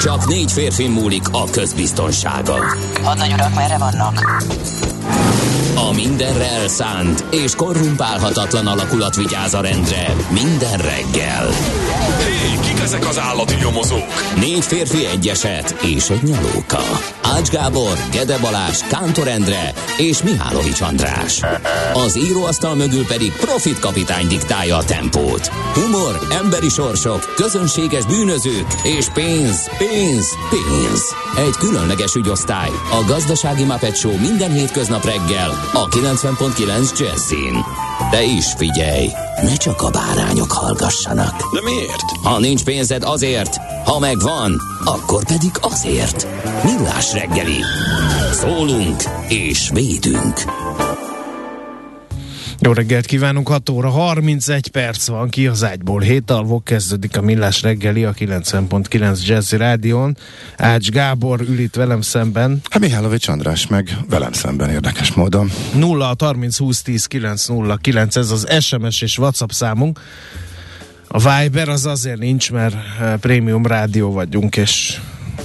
Csak 4 férfi múlik a közbiztonsága. Hadnagy urak, merre vannak? A mindenre elszánt és korrumpálhatatlan alakulat vigyáz a rendre minden reggel. Hé, kik ezek az állati nyomozók? 4 férfi, egy eset és egy nyalóka. Ács Gábor, Gede Balázs, Kántor Endre és Mihálovics András. Az íróasztal mögül pedig Profit kapitány diktálja a tempót. Humor, emberi sorsok, közönséges bűnözők és pénz, pénz, pénz. Egy különleges ügyosztály, a Gazdasági Muppet Show minden hétköznap reggel a 90.9 Jazzin. De is figyelj, ne csak a bárányok hallgassanak. De miért? Ha nincs pénzed, azért, ha megvan, akkor pedig azért. Millás reggeli. Szólunk és védünk. Jó reggelt kívánunk, 6 óra 31 perc van, ki az ágyból. 7 alvok kezdődik a Millás reggeli a 90.9 Jazzy Rádión. Ács Gábor ül itt velem szemben. Hát Mihálovics András meg velem szemben érdekes módon. 0-30 20 10 909, ez az SMS és WhatsApp számunk. A Viber az azért nincs, mert prémium rádió vagyunk, és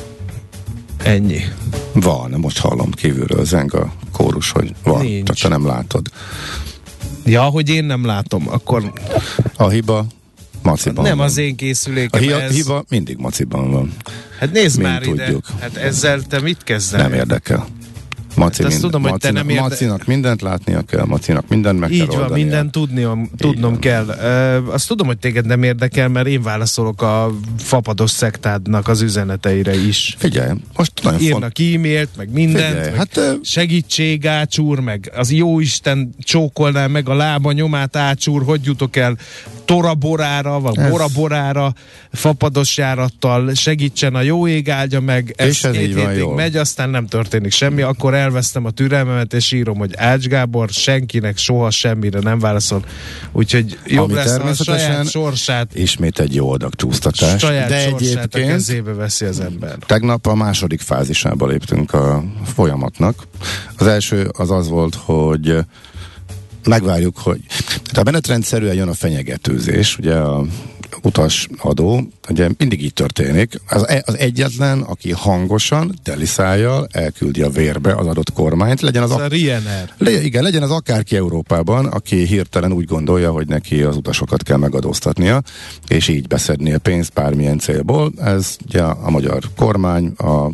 ennyi. Van, most hallom kívülről zeng a kórus, hogy van, nincs. csak te nem látod. Ja, hogy én nem látom, akkor... A hiba maciban nem van. az én készülékem. A hiba mindig maciban van. Hát nézd Mint már ide. tudjuk. Hát ezzel te mit kezdel? Nem érdekel. Maci Hát azt tudom, hogy te nem Macinak mindent látnia kell, Macinak mindent meg kell így van, oldania. mindent tudnom kell. Azt tudom, hogy téged nem érdekel, mert én válaszolok a fapados szektádnak az üzeneteire is. Figyelj, most nagyon írnak e-mailt, meg mindent, Figyelj, meg hát, segítség, Ácsúr, meg az jóisten csókolná meg a lába nyomát, Ácsúr, hogy jutok el Toraborára, vagy Boraborára, fapados járattal, segítsen a jó ég áldja meg, és ez 2 így van, hétig jól. megy, aztán nem történik semmi, akkor elvesztem a türelmemet, és írom, hogy Ács Gábor senkinek soha semmire nem válaszol, úgyhogy jobb lesz, ha a saját sorsát, ismét egy jó adag csúsztatás. saját de sorsát a egyébként kezébe veszi az ember. tegnap a második fázisába léptünk a folyamatnak. Az első az volt, hogy megvárjuk, hogy a menetrendszerűen jön a fenyegetőzés, ugye a utasadó, ugye mindig így történik. Az egyetlen, aki hangosan, teli szájjal elküldi a vérbe az adott kormányt, legyen az a Ryanair. Igen, legyen az akárki Európában, aki hirtelen úgy gondolja, hogy neki az utasokat kell megadóztatnia, és így beszednie pénzt bármilyen célból. Ez ugye a magyar kormány a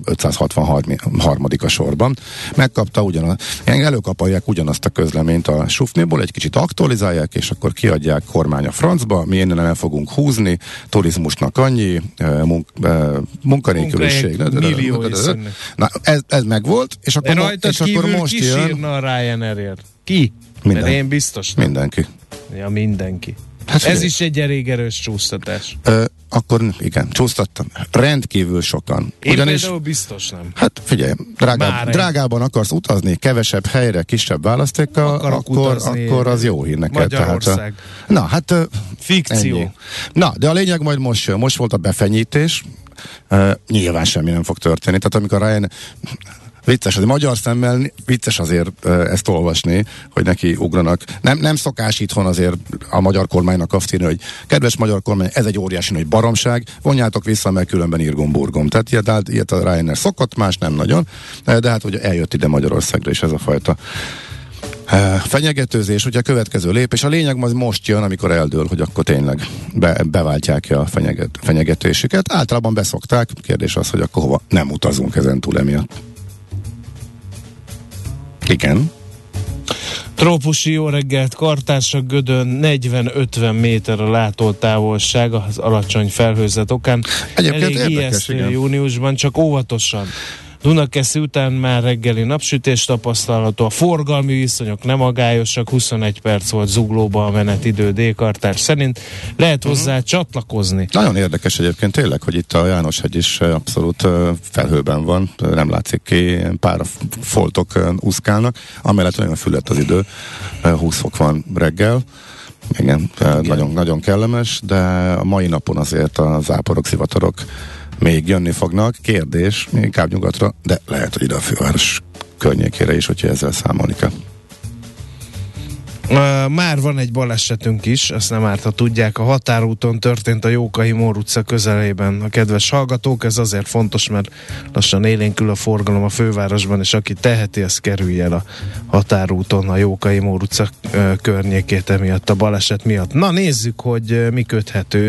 563. a sorban. Megkapta előkapolják ugyanazt a közleményt a sufniból, egy kicsit aktualizálják, és akkor kiadják kormány a francba, mi innen el fogunk húzni, turizmusnak annyi, munkanélküliség. Na, ez megvolt, és akkor, és akkor most ki jön. sírna a Ryanairért? Ki? Mert én biztos nem. Mindenki. Ja, mindenki. Hát ez is egy elég erős csúsztatás. Akkor igen, csúsztattam. Rendkívül sokan. Én például biztos nem. Hát figyelj, drágában akarsz utazni, kevesebb helyre, kisebb választékkal, akkor az jó hír neked. Magyarország. Fikció. Ennyi. Na, de a lényeg majd most jön. Most volt a befenyítés. Nyilván semmi nem fog történni. Tehát amikor Ryan... Vicces, az magyar szemmel vicces azért ezt olvasni, hogy neki ugranak. Nem szokás itthon azért a magyar kormánynak azt írni, hogy kedves magyar kormány, ez egy óriási nagy baromság, vonjátok vissza, mert különben írgomburgom. Tehát ilyet a Ryanair szokott, más nem nagyon, de hát ugye eljött ide Magyarországra is ez a fajta fenyegetőzés, ugye a következő lépés. A lényeg az most jön, amikor eldől, hogy akkor tényleg beváltják a fenyegetésüket. Általában beszokták, kérdés az, hogy akkor hova nem utazunk ezen túl emiatt. Igen. Trópusi jó reggelt, Kartársak Gödön 40-50 méter a látótávolság az alacsony felhőzet okán. Egyébként elég ijesztő júniusban, csak óvatosan. Dunakeszi után már reggeli napsütés tapasztalható, a forgalmi viszonyok nem agályosak, 21 perc volt zuglóba a menetidő D-kartár szerint, lehet hozzá csatlakozni. Nagyon érdekes egyébként tényleg, hogy itt a Jánoshegy is abszolút felhőben van, nem látszik ki, pár foltok úszkálnak, amellett nagyon füllet az idő, 20 fok van reggel. Igen. Nagyon, nagyon kellemes, de a mai napon azért a záporok, zivatarok még jönni fognak. Kérdés, inkább nyugatra, de lehet, hogy ide a főváros környékére is, hogyha ezzel számolni kell. Már van egy balesetünk is, azt nem árt, ha tudják, a határúton történt a Jókai Mór utca közelében. A kedves hallgatók, ez azért fontos, mert lassan élénkül a forgalom a fővárosban, és aki teheti, az kerülje el a határúton a Jókai Mór utca környékét emiatt a baleset miatt. Na nézzük, hogy mi köthető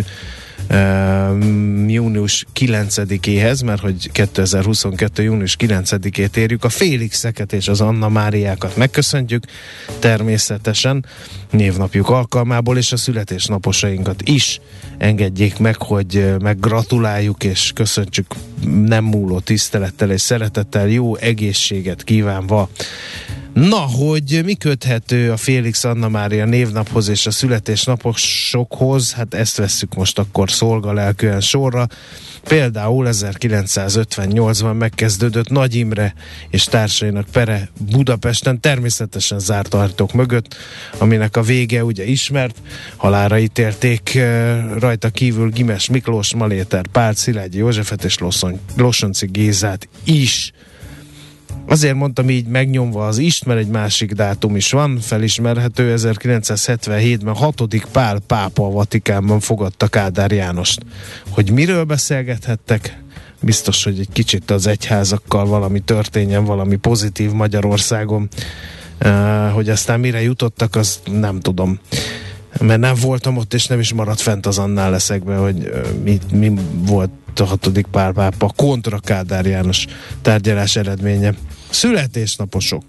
június 9-éhez, mert hogy 2022. június 9-ét érjük, a Félixeket és az Anna Máriákat megköszöntjük természetesen névnapjuk alkalmából, és a születésnaposainkat is engedjék meg, hogy meggratuláljuk és köszöntsük nem múló tisztelettel és szeretettel, jó egészséget kívánva. Na, hogy mi köthető a Félix Anna Mária névnaphoz és a születésnaposokhoz, hát ezt vesszük most akkor szolgalelkűen sorra. Például 1958-ban megkezdődött Nagy Imre és társainak pere Budapesten, természetesen zárt ajtók mögött, aminek a vége ugye ismert, halálra ítélték rajta kívül Gimes Miklós, Maléter Pál, Szilágyi Józsefet és Lossonci Gézát is. Azért mondtam így megnyomva az ist, mert egy másik dátum is van, felismerhető. 1977-ben 6. Pál pápa a Vatikánban fogadta Kádár Jánost. Hogy miről beszélgethettek? Biztos, hogy egy kicsit az egyházakkal valami történjen, valami pozitív Magyarországon. Hogy aztán mire jutottak, az nem tudom. Mert nem voltam ott, és nem is maradt fent az annál leszekbe, hogy mi volt a 6. Pál pápa kontra Kádár János tárgyalás eredménye. Születésnaposok.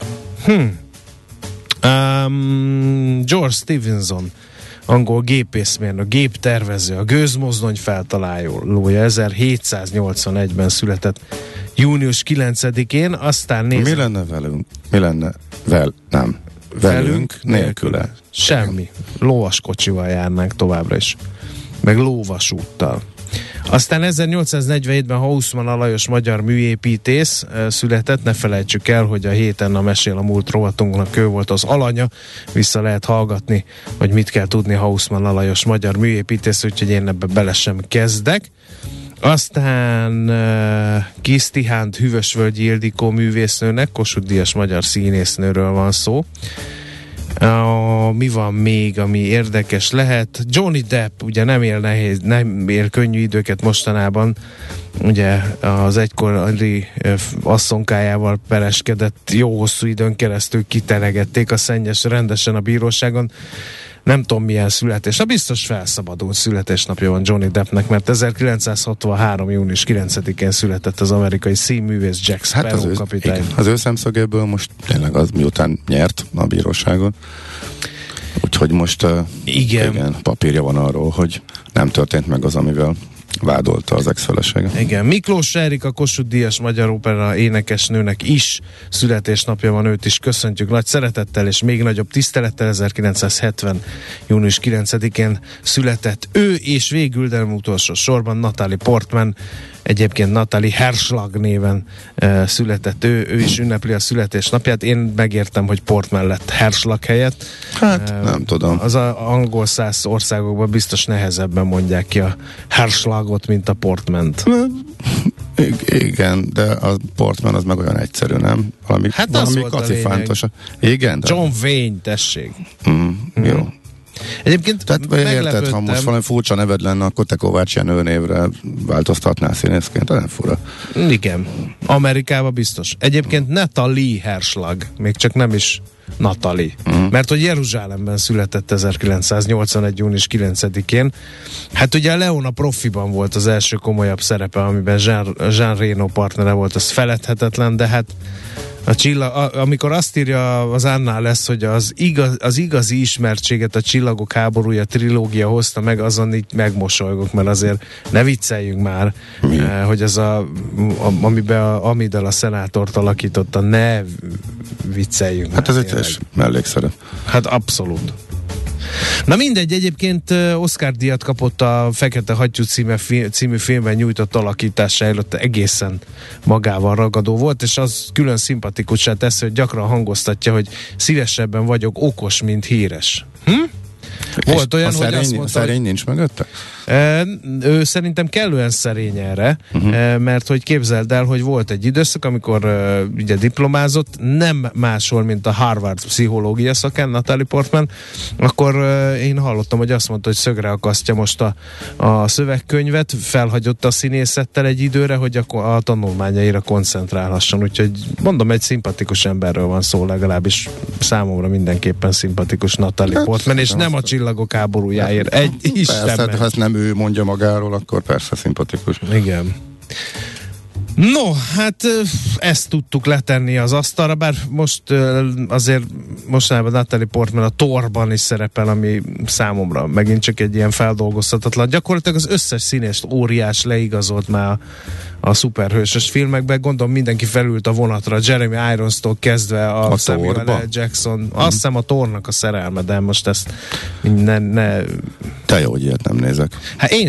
George Stephenson, angol gépészmérnök, géptervező, a gőzmozdony feltalálója, 1781-ben született június 9-én, aztán nézem. Mi lenne velünk? Mi lenne velünk nélküle? Semmi. Lovaskocsival járnánk továbbra is. Meg lóvasúttal. Aztán 1847-ben Hausmann Alajos magyar műépítész született, ne felejtsük el, hogy a héten a Mesél a múlt rovatunknak ő volt az alanya, vissza lehet hallgatni, hogy mit kell tudni Hausmann Alajos magyar műépítész, úgyhogy én ebbe bele sem kezdek. Aztán Kis Tihánt Hűvösvölgyi Ildikó művésznőnek, Kossuth Díjas magyar színésznőről van szó. Mi van még, ami érdekes lehet? Johnny Depp ugye nem él könnyű időket mostanában, ugye az egykori asszonkájával pereskedett, jó hosszú időn keresztül kiteregették a szennyes rendesen a bíróságon. Nem tudom milyen születés. Biztos felszabadult születésnapja van Johnny Deppnek, mert 1963. június 9-én született az amerikai színművész Jack Sparrow kapitány. Igen, az ő szemszögéből most tényleg az miután nyert a bíróságon. Úgyhogy most igen, papírja van arról, hogy nem történt meg az, amivel vádolta az ex-felesége. Igen, Miklós Erika Kossuth Díjas magyar opera énekesnőnek is születésnapja van, őt is köszöntjük nagy szeretettel és még nagyobb tisztelettel. 1970. június 9-én született ő, és végül, de nem utolsó sorban Natalie Portman, egyébként Natalie Herschlag néven született ő is ünnepli a születésnapját. Én megértem, hogy Portman lett Herschlag helyett. Hát, nem tudom. Az angol száz országokban biztos nehezebben mondják ki a Herschlagot, mint a Portmant. Igen, de a Portman az meg olyan egyszerű, nem? Valami kacifántos. Igen? De... John Wayne, tessék. Jó. Egyébként tehát érted, ha most valami furcsa neved lenne, akkor te Kovács Jenő névre változtatnál színészként, nem fura. Igen, Amerikában biztos. Egyébként Natalie Herschlag, még csak nem is Natalie. Mert hogy Jeruzsálemben született 1981. június 9-én. Hát ugye a Leona Profiban volt az első komolyabb szerepe, amiben Jean Reno partnere volt, az feledhetetlen, de hát amikor azt írja az Annál lesz, hogy az igazi ismertséget a Csillagok háborúja trilógia hozta meg, azon így megmosolygok, mert azért ne vicceljünk már, hogy ez amiben Amidala szenátort alakította, ne vicceljünk. Hát ez egy mellékszerep. Hát abszolút. Na mindegy, egyébként Oscar-díjat kapott a Fekete Hattyú című filmben nyújtott alakításáért, egészen magával ragadó volt, és az külön szimpatikussá teszi, hogy gyakran hangoztatja, hogy szívesebben vagyok okos, mint híres. Volt olyan, hogy azt mondta, szerény nincs mögötte? Ő szerintem kellően szerény erre, mert hogy képzeld el, hogy volt egy időszak, amikor ugye diplomázott, nem máshol, mint a Harvard pszichológia szakán, Natalie Portman, akkor én hallottam, hogy azt mondta, hogy szögre akasztja most a szövegkönyvet, felhagyott a színészettel egy időre, hogy a tanulmányaira koncentrálhasson, úgyhogy mondom, egy szimpatikus emberről van szó, legalábbis számomra mindenképpen szimpatikus Natalie Portman, és nem a Csillagok háborújáért. Egy Istenben. Ha ezt nem ő mondja magáról, akkor persze szimpatikus. Igen. No, hát ezt tudtuk letenni az asztalra, bár most azért mostanában Natalie Portman a Thorban is szerepel, ami számomra megint csak egy ilyen feldolgozhatatlan. Gyakorlatilag az összes színést óriás leigazolt már a szuperhősös filmekben. Gondolom mindenki felült a vonatra, Jeremy Irons-tól kezdve a Samuel L. Jackson. Azt hiszem a Thornak a szerelme, de most ezt ne... Te jó, hogy ilyet nem nézek. Hát én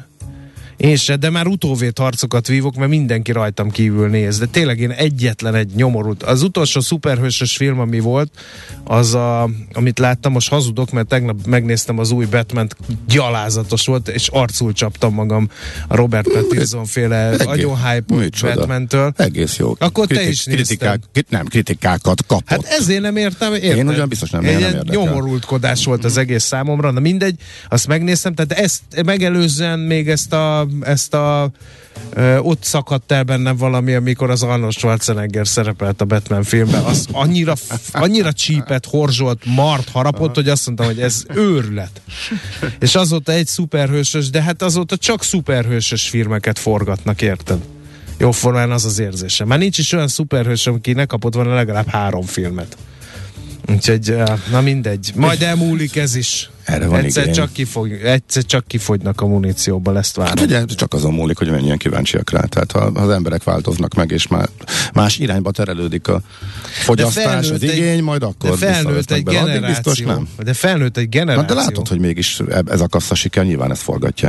se, de már utóvét harcokat vívok, mert mindenki rajtam kívül néz. De tényleg én egyetlen egy nyomorult. Az utolsó szuperhősös film, ami volt, az amit láttam, most hazudok, mert tegnap megnéztem az új Batman-t, gyalázatos volt, és arcul csaptam magam a Robert Pattinson féle agyon-hype Batman-től. Egész jó. Akkor te is nézted. Kritikákat kapott. Hát ezért nem értem. Én ugyan biztos nem érdekel. Nyomorultkodás volt az egész számomra. Na mindegy, azt megnéztem, tehát ezt megelőzően még ezt a ott szakadt el bennem valami, amikor az Arnold Schwarzenegger szerepelt a Batman filmben. Az annyira csípett, horzsolt, mart, harapott, hogy azt mondtam, hogy ez őrület. És azóta egy szuperhősös, de hát azóta csak szuperhősös filmeket forgatnak, érted? Jóformán az az érzésem. Már nincs is olyan szuperhős, aki ne kapott volna legalább 3 filmet. Úgyhogy, na mindegy. Majd elmúlik ez is. Erre van egyszer csak kifogynak a munícióból, ezt várom. Ugye, csak azon múlik, hogy mennyien kíváncsiak rá. Tehát ha az emberek változnak meg, és már más irányba terelődik a fogyasztás, az igény, majd akkor de felnőtt egy generáció. Biztos nem. De felnőtt egy generáció. Na, de látod, hogy mégis ez a kassza siker, nyilván ezt forgatja.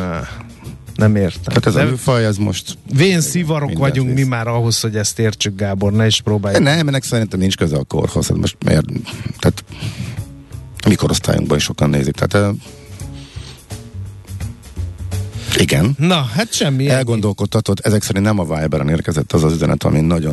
Nem értem. Tehát ez a műfaj, ez most... Vén szivarok vagyunk mi már ahhoz, hogy ezt értsük, Gábor, ne is próbáljuk. Nem, ennek szerintem nincs köze a korhoz. Most miért? Tehát mi korosztályunkban is sokan nézik. Tehát igen. Na, hát semmi. Elgondolkodtatod, ezek szerint nem a Viberen érkezett az az üzenet,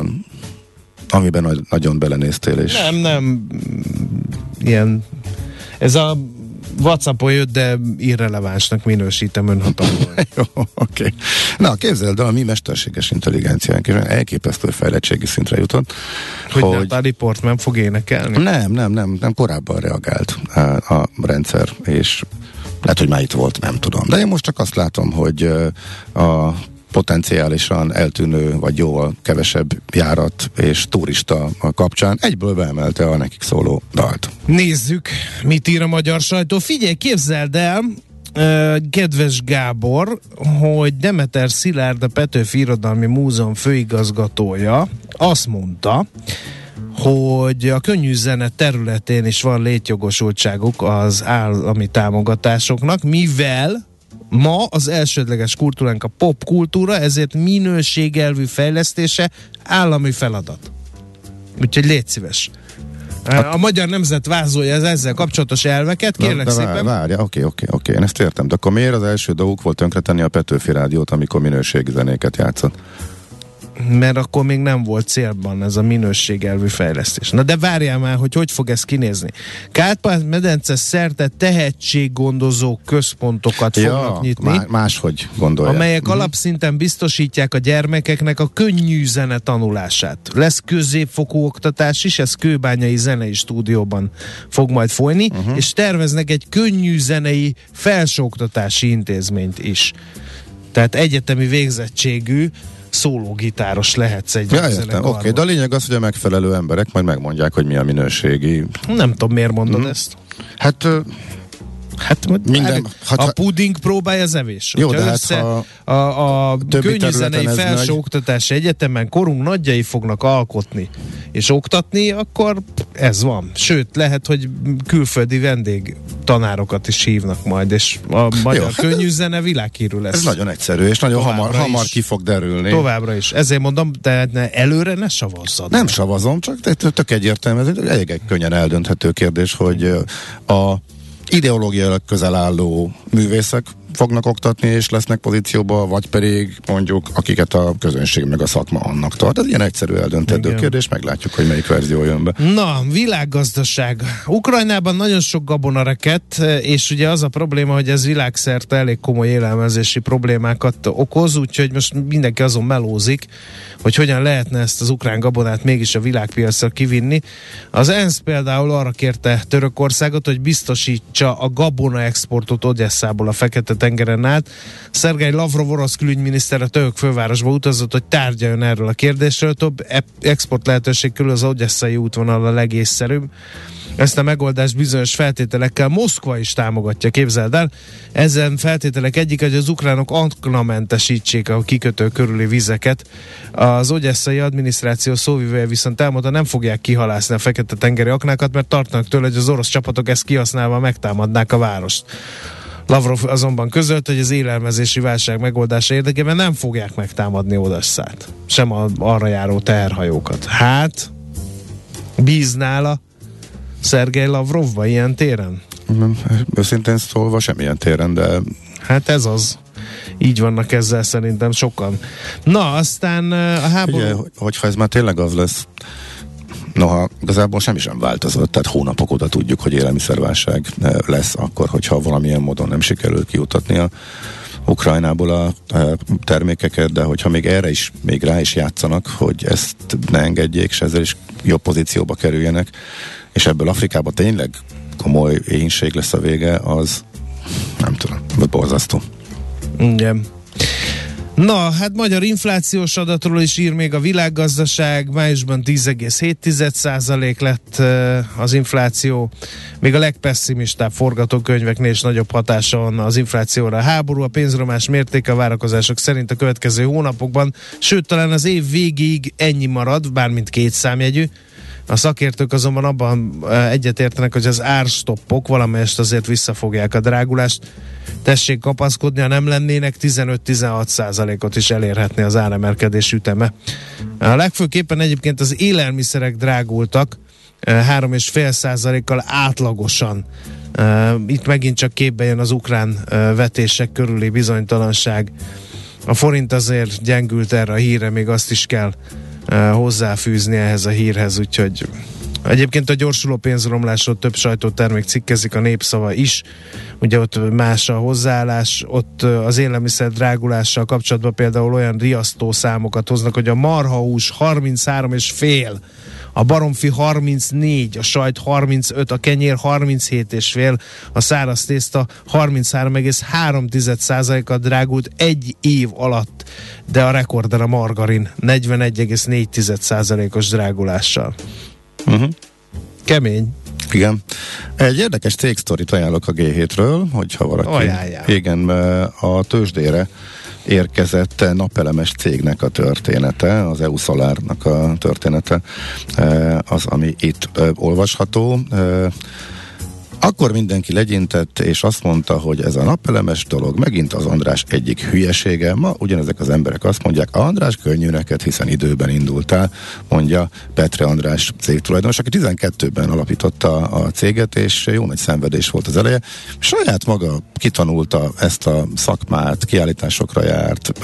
amiben nagyon belenéztél. És... Nem. Ilyen... Ez a WhatsAppon jött, de irrelevánsnak minősítem önhatalommal. Jó, oké. Na, képzeld el, a mi mesterséges intelligenciánk elképesztő fejlettségi szintre jutott. Hogy Natalie Portman fog énekelni? Nem, korábban reagált a rendszer, és lehet, hogy már itt volt, nem tudom. De én most csak azt látom, hogy a potenciálisan eltűnő, vagy jóval kevesebb járat és turista kapcsán egyből beemelte a nekik szóló dalt. Nézzük, mit ír a magyar sajtó. Figyelj, képzeld el, kedves Gábor, hogy Demeter Szilárd, a Petőfi Irodalmi Múzeum főigazgatója azt mondta, hogy a könnyű zene területén is van létjogosultságuk az állami támogatásoknak, mivel ma az elsődleges kultúránk a popkultúra, ezért minőségelvű fejlesztése állami feladat. Úgyhogy légy szíves. A Magyar Nemzet vázolja ezzel kapcsolatos elveket, kérlek szépen. Várja, oké, én ezt értem. De akkor miért az első dolguk volt tönkretenni a Petőfi Rádiót, amikor minőségi zenéket játszott? Mert akkor még nem volt célban ez a minőségelvű fejlesztés. Na de várjál már, hogy fog ez kinézni. Kárpát-medence szerte tehetséggondozó központokat fognak nyitni. Máshogy gondolják. Amelyek alapszinten biztosítják a gyermekeknek a könnyű zene tanulását. Lesz középfokú oktatás is, ez Kőbányai Zenei Stúdióban fog majd folyni, és terveznek egy könnyű zenei felsőoktatási intézményt is. Tehát egyetemi végzettségű szólógitáros lehetsz egy zenekarban. Oké, de a lényeg az, hogy a megfelelő emberek majd megmondják, hogy mi a minőségi. Nem tudom, miért mondod ezt. Hát minden, a puding próbálja az evés. Jó, de hát a könnyűzenei felsőoktatási egyetemen korunk nagyjai fognak alkotni és oktatni, akkor ez van. Sőt, lehet, hogy külföldi vendég tanárokat is hívnak majd, és a magyar könnyűzene világhírű lesz. Ez nagyon egyszerű, és nagyon hamar ki fog derülni. Továbbra is. Ezért mondom, de előre ne savazzad. Nem savazom, csak tök egyértelmű, ez egy elég könnyen eldönthető kérdés, hogy a ideológiailag közel álló művészek fognak oktatni és lesznek pozícióba, vagy pedig mondjuk akiket a közönség meg a szakma annak tart. Ez ilyen egyszerű eldöntendő kérdés, meglátjuk, hogy melyik verzió jön be. Na, világgazdaság. Ukrajnában nagyon sok gabona rekett, és ugye az a probléma, hogy ez világszerte elég komoly élelmezési problémákat okoz, úgyhogy most mindenki azon melózik, hogy hogyan lehetne ezt az ukrán gabonát mégis a világpiacra kivinni. Az ENSZ például arra kérte Törökországot, hogy biztosítsa a gabona exportot Odesszából a Fekete-tengeren át. Szergej Lavrov orosz külügyminiszter a török fővárosba utazott, hogy tárgyaljon erről a kérdésről. Több export lehetőség körül az odesszai útvonal a legészszerűbb. Ezt a megoldást bizonyos feltételekkel Moszkva is támogatja, képzeld el. Ezen feltételek egyik, hogy az ukránok aknamentesítsék a kikötő körüli vizeket. Az odesszai adminisztráció szóvivője viszont elmondta, nem fogják kihalászni a Fekete-tengeri aknákat, mert tartanak tőle, hogy az orosz csapatok ezt kihasználva megtámadnák a várost. Lavrov azonban közölt, hogy az élelmezési válság megoldása érdekében nem fogják megtámadni Odesszát, sem arra járó teherhajókat. Hát, bíz nála Szergej Lavrovba ilyen téren? Őszintén szólva semmilyen téren, de... Hát ez az. Így vannak ezzel szerintem sokan. Na, aztán a háború... Ugye, hogyha ez már tényleg az lesz, noha igazából semmi sem változott, tehát hónapok óta tudjuk, hogy élelmiszerválság lesz akkor, hogyha valamilyen módon nem sikerül kijutatni a Ukrajnából a termékeket, de hogyha még erre is, még rá is játszanak, hogy ezt ne engedjék, és ezzel is jobb pozícióba kerüljenek, és ebből Afrikában tényleg komoly éhínség lesz a vége, az nem tudom, borzasztó. Igen. Na, hát magyar inflációs adatról is ír még a világgazdaság, májusban 10,7% lett az infláció, még a legpesszimistább forgatókönyveknél is nagyobb hatása van az inflációra. A háború, a pénzromás mértéke a várakozások szerint a következő hónapokban, sőt talán az év végéig ennyi marad, bármint két számjegyű. A szakértők azonban abban egyetértenek, hogy az árstoppok valamelyest azért visszafogják a drágulást. Tessék kapaszkodni, ha nem lennének, 15-16%-ot is elérhetné az áremelkedés üteme. A legfőképpen egyébként az élelmiszerek drágultak 3,5%-kal átlagosan. Itt megint csak képbe jön az ukrán vetések körüli bizonytalanság. A forint azért gyengült erre a hírre, még azt is kell hozzáfűzni ehhez a hírhez, úgyhogy egyébként a gyorsuló pénzromlásról több sajtótermék cikkezik, a Népszava is, ugye ott más a hozzáállás, ott az élelmiszer drágulással kapcsolatban például olyan riasztó számokat hoznak, hogy a marhahús 33,5, a baromfi 34, a sajt 35, a kenyér 37,5, a száraz tészta 33,3%-kal drágult egy év alatt, de a rekorden a margarin 41,4%-os drágulással. Kemény. Igen. Egy érdekes cégsztorit ajánlok a G7-ről, hogyha valaki... Ajánljál. Igen, a tőzsdére érkezett napelemes cégnek a története, az EU Solarnak a története, az, ami itt olvasható. Akkor mindenki legyintett, és azt mondta, hogy ez a napelemes dolog megint az András egyik hülyesége. Ma ugyanezek az emberek azt mondják, András, könnyű neked, hiszen időben indultál, mondja Petre András cégtulajdonos, aki 12-ben alapította a céget, és jó nagy szenvedés volt az eleje. Saját maga kitanulta ezt a szakmát, kiállításokra járt,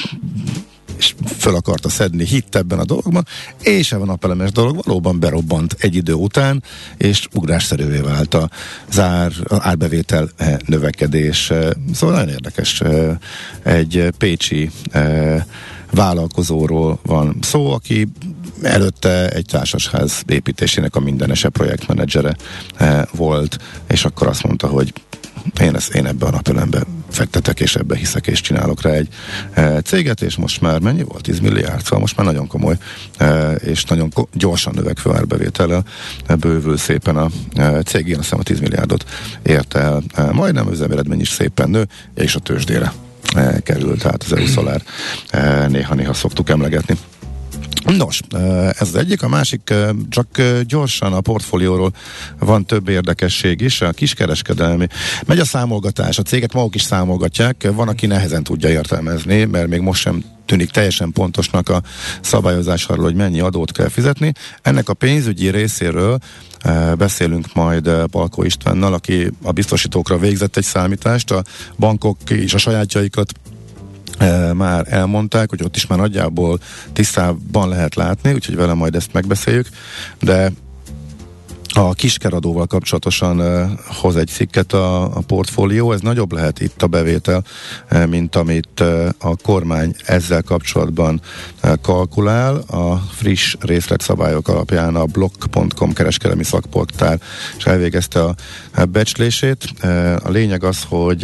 és föl akarta szedni, hitt ebben a dologban, és ebben a napelemes dolog valóban berobbant egy idő után, és ugrásszerűvé vált az árbevétel növekedés. Szóval nagyon érdekes. Egy pécsi vállalkozóról van szó, aki előtte egy társasház építésének a mindenese projektmenedzsere volt, és akkor azt mondta, hogy én ebbe a napelembe fektetek, és ebbe hiszek, és csinálok rá egy céget, és most már mennyi volt? 10 milliárd, szóval most már nagyon komoly, és nagyon gyorsan növekvő árbevétellel bővül szépen a cég, én azt hiszem a 10 milliárdot ért el, majdnem az eredmény is szépen nő, és a tőzsdére kerül, tehát az EU Solar néha-néha szoktuk emlegetni. Nos, ez az egyik, a másik, csak gyorsan a portfólióról van több érdekesség is, a kiskereskedelmi. Megy a számolgatás, a cégek maguk is számolgatják, van, aki nehezen tudja értelmezni, mert még most sem tűnik teljesen pontosnak a szabályozás arról, hogy mennyi adót kell fizetni. Ennek a pénzügyi részéről beszélünk majd Palkó Istvánnal, aki a biztosítókra végzett egy számítást, a bankok és a sajátjaikat már elmondták, hogy ott is már nagyjából tisztában lehet látni, úgyhogy vele majd ezt megbeszéljük, de a kiskeradóval kapcsolatosan hoz egy cikket a portfólió, ez nagyobb lehet itt a bevétel, mint amit a kormány ezzel kapcsolatban kalkulál. A friss részletszabályok alapján a blog.com kereskedelmi szakportál és elvégezte a becslését. A lényeg az, hogy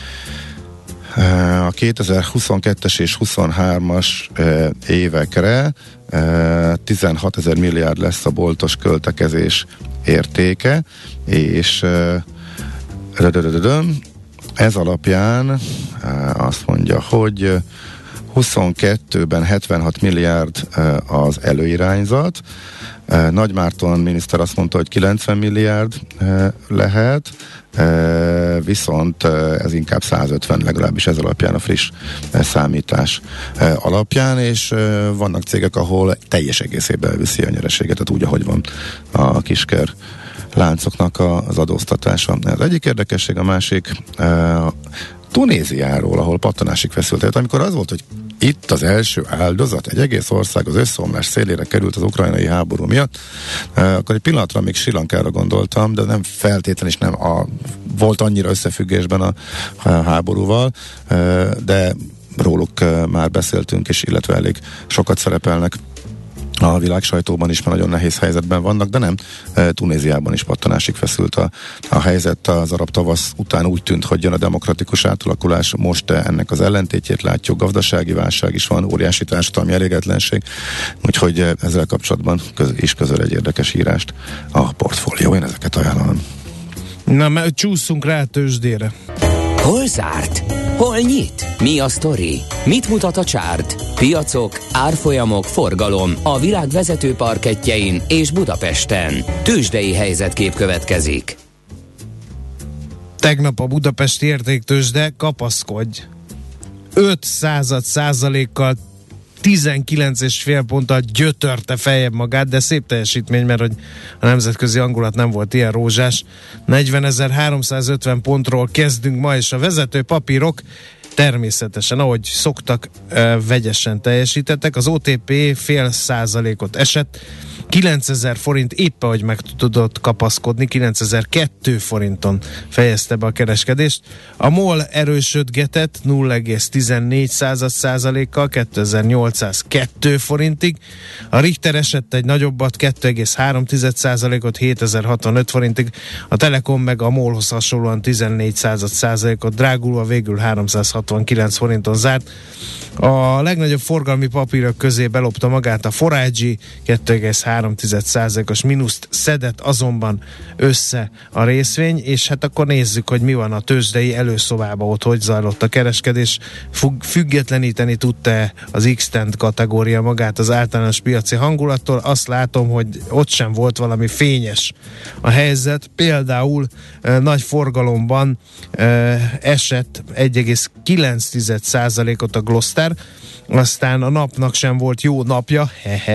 a 2022-es és 23-as évekre 16 000 milliárd lesz a boltos költekezés értéke, és ez alapján azt mondja, hogy 22-ben 76 milliárd az előirányzat, Nagy Márton miniszter azt mondta, hogy 90 milliárd lehet, viszont ez inkább 150, legalábbis ez alapján, a friss számítás alapján, és vannak cégek, ahol teljes egészében elviszi a nyereséget, tehát úgy, ahogy van a kisker láncoknak az adóztatása. Ez egyik érdekesség, a másik Tunéziáról, ahol pattanásig feszült. Tehát amikor az volt, hogy itt az első áldozat, egy egész ország az összeomlás szélére került az ukrajnai háború miatt, akkor egy pillanatra még Sri Lankára gondoltam, de nem feltétlenül is nem volt annyira összefüggésben a háborúval, de róluk már beszéltünk, és illetve elég sokat szerepelnek a világ sajtóban is, mert nagyon nehéz helyzetben vannak, de nem. Tunéziában is pattanásig feszült a helyzet. Az arab tavasz után úgy tűnt, hogy jön a demokratikus átalakulás, most ennek az ellentétjét látjuk, gazdasági válság is van, óriási társadalmi elégetlenség, úgyhogy ezzel kapcsolatban is közöl egy érdekes írást a portfólió. Én ezeket ajánlom. Na, mert csúszunk rá a tőzsdére. Hol zárt? Hol nyit? Mi a sztori? Mit mutat a csárt? Piacok, árfolyamok, forgalom a világ vezető parkettjein és Budapesten. Tőzsdei helyzetkép következik. Tegnap a budapesti értéktőzsde, kapaszkodj, 5%-kal 19,5 ponttal gyötörte feljebb magát, de szép teljesítmény, mert hogy a nemzetközi hangulat nem volt ilyen rózsás. 40.350 pontról kezdünk ma, és a vezető papírok természetesen, ahogy szoktak, vegyesen teljesítettek. Az OTP 0,5% esett, 9000 forint éppen, hogy meg tudott kapaszkodni, 9002 forinton fejezte be a kereskedést. A MOL erősödgetett 0,14%-kal 2802 forintig. A Richter esett egy nagyobbat, 2,3%-ot 7065 forintig. A Telekom meg a MOL-hoz hasonlóan 14%-ot drágulva végül 369 forinton zárt. A legnagyobb forgalmi papírok közé belopta magát a Forágyi, 2,3%-os mínuszt szedett azonban össze a részvény, és hát akkor nézzük, hogy mi van a tőzsdei előszobában, ott hogy zajlott a kereskedés. Függetleníteni tudta az X-Tent kategória magát az általános piaci hangulattól. Azt látom, hogy ott sem volt valami fényes a helyzet. Például nagy forgalomban esett 1,9%-ot a Gloster, aztán a napnak sem volt jó napja,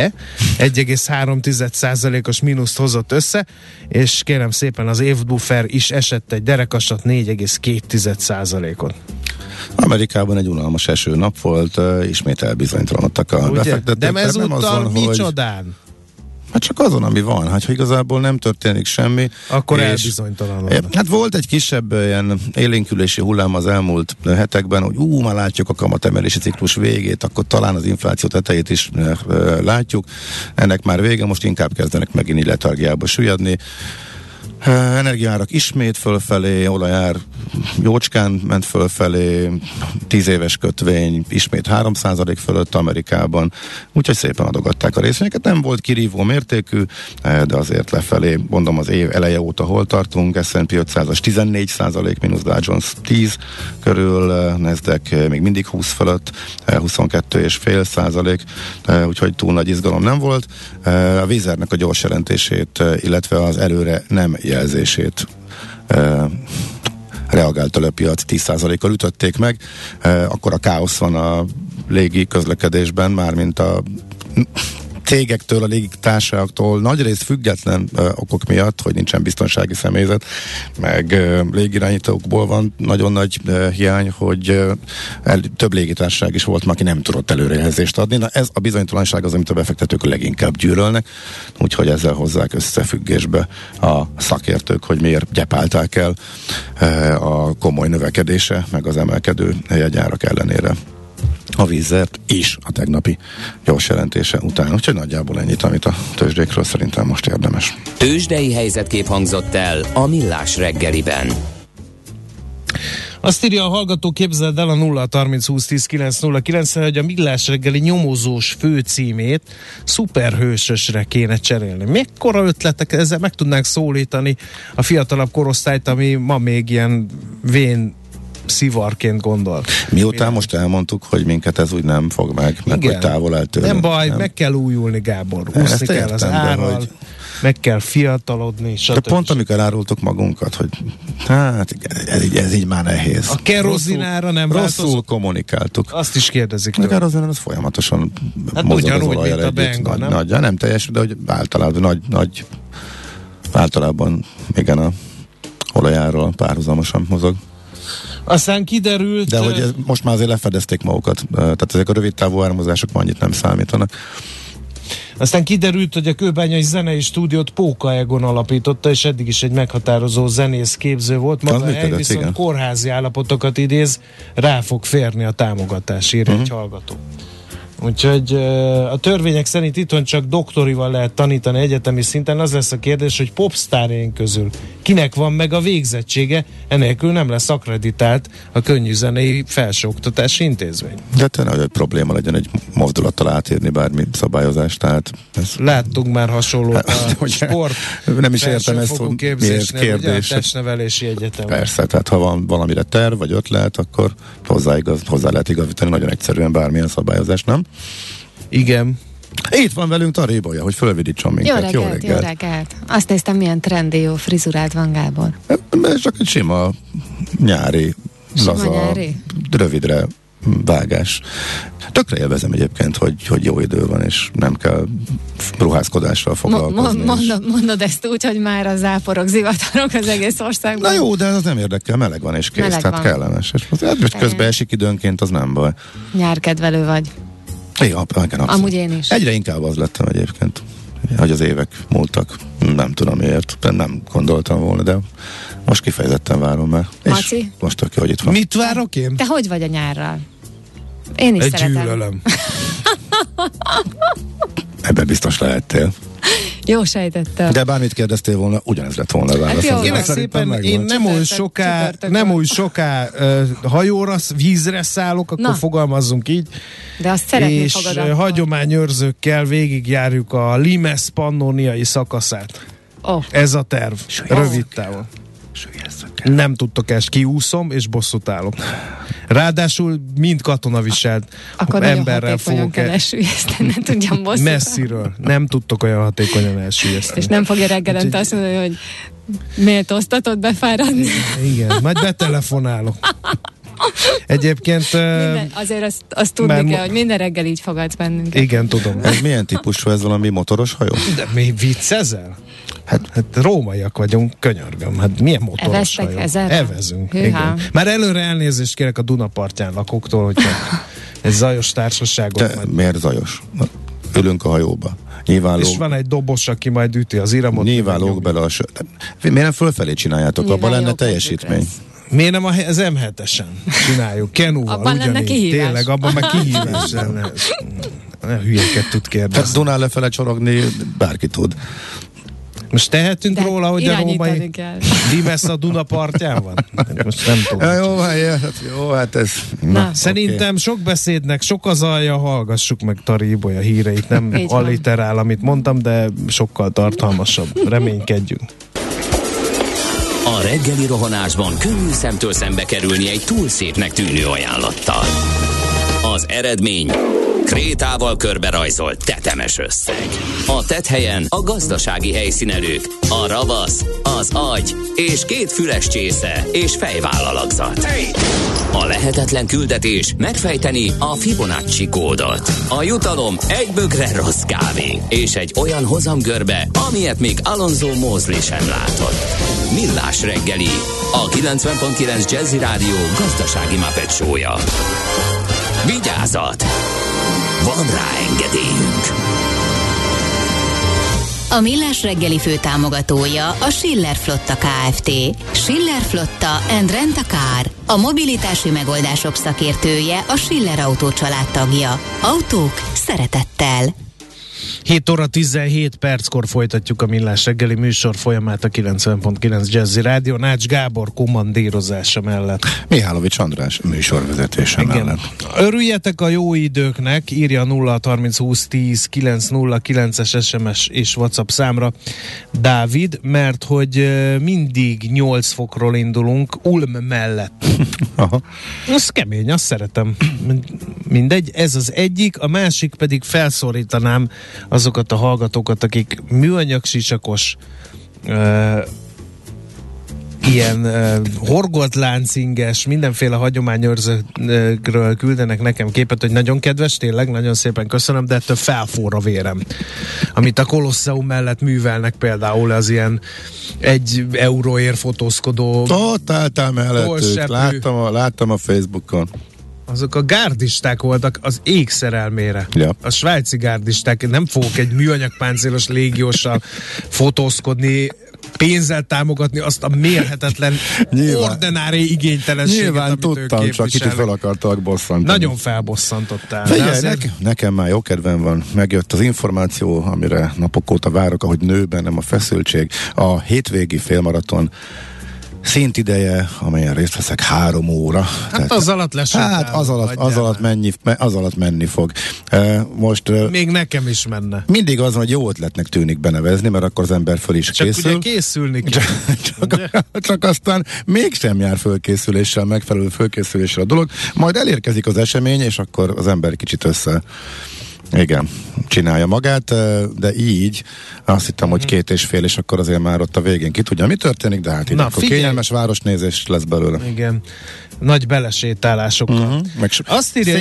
1,3%-os mínuszt hozott össze, és kérem szépen az évbuffer is esett egy derekasat, 4,2%-ot. Amerikában egy unalmas esőnap volt, ismét elbizonytalanodtak a befektetők. De ezúttal micsodán? Hát csak azon, ami van. Hát, ha igazából nem történik semmi. Akkor elbizonytalanodott. Hát volt egy kisebb ilyen élénkülési hullám az elmúlt hetekben, hogy már látjuk a kamatemelési ciklus végét, akkor talán az infláció tetejét is látjuk. Ennek már vége, most inkább kezdenek megint így letargiába süllyedni. Energiaárak ismét fölfelé, olajár jócskán ment fölfelé, 10 éves kötvény ismét 3% fölött Amerikában, úgyhogy szépen adogatták a részvényeket. Nem volt kirívó mértékű, de azért lefelé, mondom, az év eleje óta hol tartunk, S&P 500-as 14%, mínusz Dow Jones 10 körül, Nasdaq még mindig 20 fölött, 22,5%, úgyhogy túl nagy izgalom nem volt. A Vizernek a gyors jelentését, illetve az előre nem jelzését reagált a piac, 10%-kal ütötték meg, akkor a káosz van a légi közlekedésben, mármint a cégektől, a légitársaságtól nagyrészt független okok miatt, hogy nincsen biztonsági személyzet, meg légirányítókból van nagyon nagy hiány, hogy több légitársaság is volt, aki nem tudott előrejelzést adni. Na ez a bizonytalanság az, amit a befektetők leginkább gyűlölnek, úgyhogy ezzel hozzák összefüggésbe a szakértők, hogy miért gyepálták el a komoly növekedése, meg az emelkedő jegyárak ellenére a Vízert is a tegnapi gyors jelentése után. Úgyhogy nagyjából ennyit, amit a tőzsdékről szerintem most érdemes. Tőzsdei helyzetkép hangzott el a Millás reggeliben. Azt írja a hallgató, képzeld el a 0-30-20-10-9-09, hogy a Millás reggeli nyomozós főcímét szuperhősösre kéne cserélni. Mekkora ötletek, ezzel meg tudnánk szólítani a fiatalabb korosztályt, ami ma még ilyen vén szivarként gondol. Miután most elmondtuk, hogy minket ez úgy nem fog meg hogy távol el tőle. Nem baj, meg kell újulni, Gábor. Húszni kell az árral, meg kell fiatalodni, stb. De pont amikor elárultuk magunkat, hogy hát ez így már nehéz. A kerozinára nem változott. Rosszul kommunikáltuk. Azt is kérdezik. A kerozinár az folyamatosan mozog az olajjal együtt. Benga, nem? Nem teljes, de hogy általában igen, a olajáról párhuzamosan mozog. Aztán kiderült... De hogy most már azért lefedezték magukat, tehát ezek a rövid távú áramozások már annyit nem számítanak. Aztán kiderült, hogy a kőbányai zenei stúdiót Póka Egon alapította, és eddig is egy meghatározó zenész képző volt. Maga a hely viszont igen, kórházi állapotokat idéz, rá fog férni a támogatás, írja egy hallgató. Úgyhogy a törvények szerint itthon csak doktorival lehet tanítani egyetemi szinten. Az lesz a kérdés, hogy popsztárjaink közül kinek van meg a végzettsége, enélkül nem lesz akkreditált a könnyűzenei felsőoktatási intézmény. De tényleg, hogy probléma legyen egy mozdulattal átírni bármi szabályozást, tehát... Láttunk már hasonlót a sport nem is értem ezt, hogy miért kérdés. A testnevelési egyetem. Persze, tehát ha van valamire terv vagy ötlet, akkor hozzá lehet igazítani nagyon egyszerűen bármilyen szabályozást, nem? Igen. Itt van velünk Tarébolya, hogy fölvidítson minket. Jó reggelt. Azt néztem, milyen trendi jó frizurát van, Gábor. Ez csak egy sima nyári, laza, rövidre vágás. Tökre élvezem egyébként, hogy jó idő van, és nem kell ruházkodással foglalkozni. Mondod ezt úgy, hogy már a záporok, zivatarok az egész országban. Na jó, de az nem érdekel, meleg van és kész, tehát kellemes. És közben esik időnként, az nem baj. Nyárkedvelő vagy. Igen, amúgy én is. Egyre inkább az lettem egyébként, hogy az évek múltak. Nem tudom miért, nem gondoltam volna, de most kifejezetten várom már. Maci? És most tök jó, hogy itt van. Mit várok én? Te hogy vagy a nyárral? Én is szeretem. Gyűlölöm. Ebben biztos lehettél. Jó sejtettem. De bármit kérdeztél volna, ugyanez lett volna a válasz. Hát kérlek szépen, én nem új soká hajóra, vízre szállok, akkor fogalmazzunk így. De azt szeretnék és hagyományőrzőkkel végigjárjuk a Limes pannoniai szakaszát. Ez a terv. Rövid távon. Nem tudtok ezt, kiúszom és bosszút állok. Ráadásul mind katonaviselt emberrel fogok nem tudjam bosszút. Messziről. Nem tudtok olyan hatékonyan elsüllyeszteni. És nem fogja reggelente azt mondani, hogy méltóztatod befáradni. Igen, majd betelefonálok. Egyébként... azért azt tudni kell, hogy minden reggel így fogadsz bennünket. Igen, tudom. Ez milyen típusú, ez valami motoros hajó? De mi viccezel? Hát rómaiak vagyunk, könyörgöm. Hát milyen motoros hajó? Evezünk. Igen. Már előre elnézést kérek a Duna partján lakóktól, hogyha ez zajos társaságot. De miért zajos? Ülünk a hajóba. És van egy dobos, aki majd üti az iramot. Nyilván lóg bele a miért nem fölfelé csináljátok? Abban lenne teljesítmény. Miért nem az M7-esen csináljuk? Kenúval, abban lenne kihívás. Tényleg, abban már kihívás lenne. Nem hülyeket tud kérdezni. Hát Dunán lefele csorogni bárki tud. Most tehetünk róla, hogy a római Limes a Duna partján van? Most nem tudom. Jó, hát ez... Szerintem sok beszédnek sok az alja, hallgassuk meg Tarébolya híreit. Nem alliterál, amit mondtam, de sokkal tartalmasabb. Reménykedjünk. A reggeli rohanásban könnyű szemtől szembe kerülni egy túl szépnek tűnő ajánlattal. Az eredmény... Krétával körberajzolt tetemes összeg. A tetthelyen a gazdasági helyszínelők, a ravasz, az agy és 2 füles csésze és fejvállalakzat. A lehetetlen küldetés megfejteni a Fibonacci kódot. A jutalom egy bögre rossz kávé és egy olyan hozamgörbe, amilyet még Alonso Mosley sem látott. Millás reggeli, a 90.9 Jazzy Rádió gazdasági Muppet show-ja. Vigyázat! Van rá engedélyünk! A Millás reggeli főtámogatója a Schiller Flotta Kft. Schiller Flotta and Rent a Car. A mobilitási megoldások szakértője, a Schiller Autó család tagja. Autók szeretettel. 7 óra 17 perckor folytatjuk a Millás reggeli műsor folyamát a 90.9 Jazzy Rádió Nács Gábor kommandírozása mellett. Mihálovics András műsorvezetése mellett. Örüljetek a jó időknek, írja 030 20 10 909-es SMS és WhatsApp számra Dávid, mert hogy mindig 8 fokról indulunk Ulm mellett. Aha. Az kemény, azt szeretem. Mindegy, ez az egyik, a másik pedig felszorítanám azokat a hallgatókat, akik műanyag sisakos ilyen horgolt láncinges, mindenféle hagyományőrzőkről küldenek nekem képet, hogy nagyon kedves, tényleg, nagyon szépen köszönöm, de ettől felforr a vérem. Amit a Kolosseum mellett művelnek például, az ilyen 1 euróért fotózkodó Ott álltál mellettük, láttam a Facebookon. Azok a gárdisták voltak az ég szerelmére. Ja. A svájci gárdisták. Nem fogok egy műanyag páncélos légióssal fotózkodni, pénzzel támogatni azt a mérhetetlen ordinári igénytelenséget, Nyilván amit tudtam, csak kicsit fel akartalak bosszantani. Nagyon felbosszantottál. Figyelj, nekem már jó kedvem van. Megjött az információ, amire napok óta várok, ahogy nő bennem a feszültség. A hétvégi félmaraton szintideje, amelyen részt veszek 3 óra. Hát tehát, az alatt lesétál. Hát az alatt menni fog. Most még nekem is menne. mindig az, hogy jó ötletnek tűnik benevezni, mert akkor az ember föl is csak készül. Ugye készülni kell. Csak aztán mégsem jár fölkészüléssel, megfelelő fölkészüléssel a dolog. Majd elérkezik az esemény, és akkor az ember kicsit igen, csinálja magát, de így azt hittem, hogy 2,5, és akkor azért már ott a végén ki tudja, mi történik, de hát így akkor kényelmes városnézés lesz belőle. Igen, nagy belesétálásokkal. Azt írja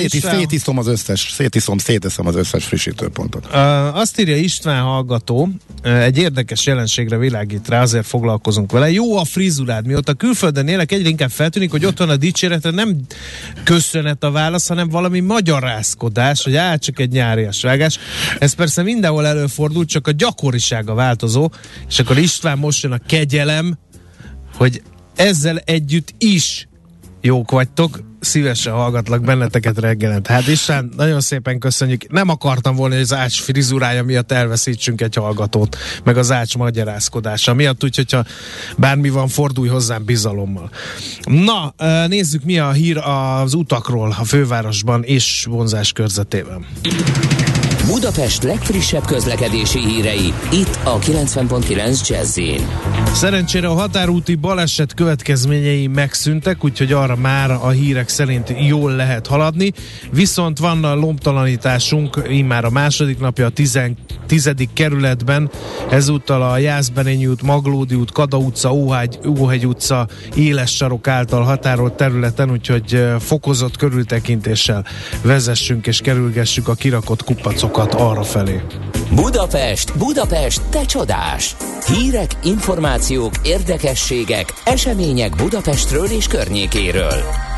széteszem az összes frissítőpontot. Azt írja István hallgató, egy érdekes jelenségre világít rá, azért foglalkozunk vele. Jó a frizurád, mióta külföldön élek, egyre inkább feltűnik, hogy ott van a dicséretre, nem köszönet a válasz, hanem valami magyarázkodás, hogy csak egy nyárias vágás. Ez persze mindenhol előfordul, csak a gyakorisága változó, és akkor István most jön a kegyelem, hogy ezzel együtt is jók vagytok, szívesen hallgatlak benneteket reggelent. Hát István, nagyon szépen köszönjük. Nem akartam volna, hogy az Ács frizurája miatt elveszítsünk egy hallgatót, meg az Ács magyarázkodása miatt, úgyhogy ha bármi van, fordulj hozzám bizalommal. Na, nézzük, mi a hír az utakról a fővárosban és vonzás körzetében. Budapest legfrissebb közlekedési hírei, itt a 90.9 Jazz-in. Szerencsére a határúti baleset következményei megszűntek, úgyhogy arra már a hírek szerint jól lehet haladni, viszont van a lombtalanításunk immár a második napja a 10. kerületben, ezúttal a Jászberényi út, Maglódi út, Kada utca, Óhegy utca éles sarok által határolt területen, úgyhogy fokozott körültekintéssel vezessünk és kerülgessük a kirakott kupacokat arrafelé. Budapest, te csodás! Hírek, információk, érdekességek, események Budapestről és környékéről.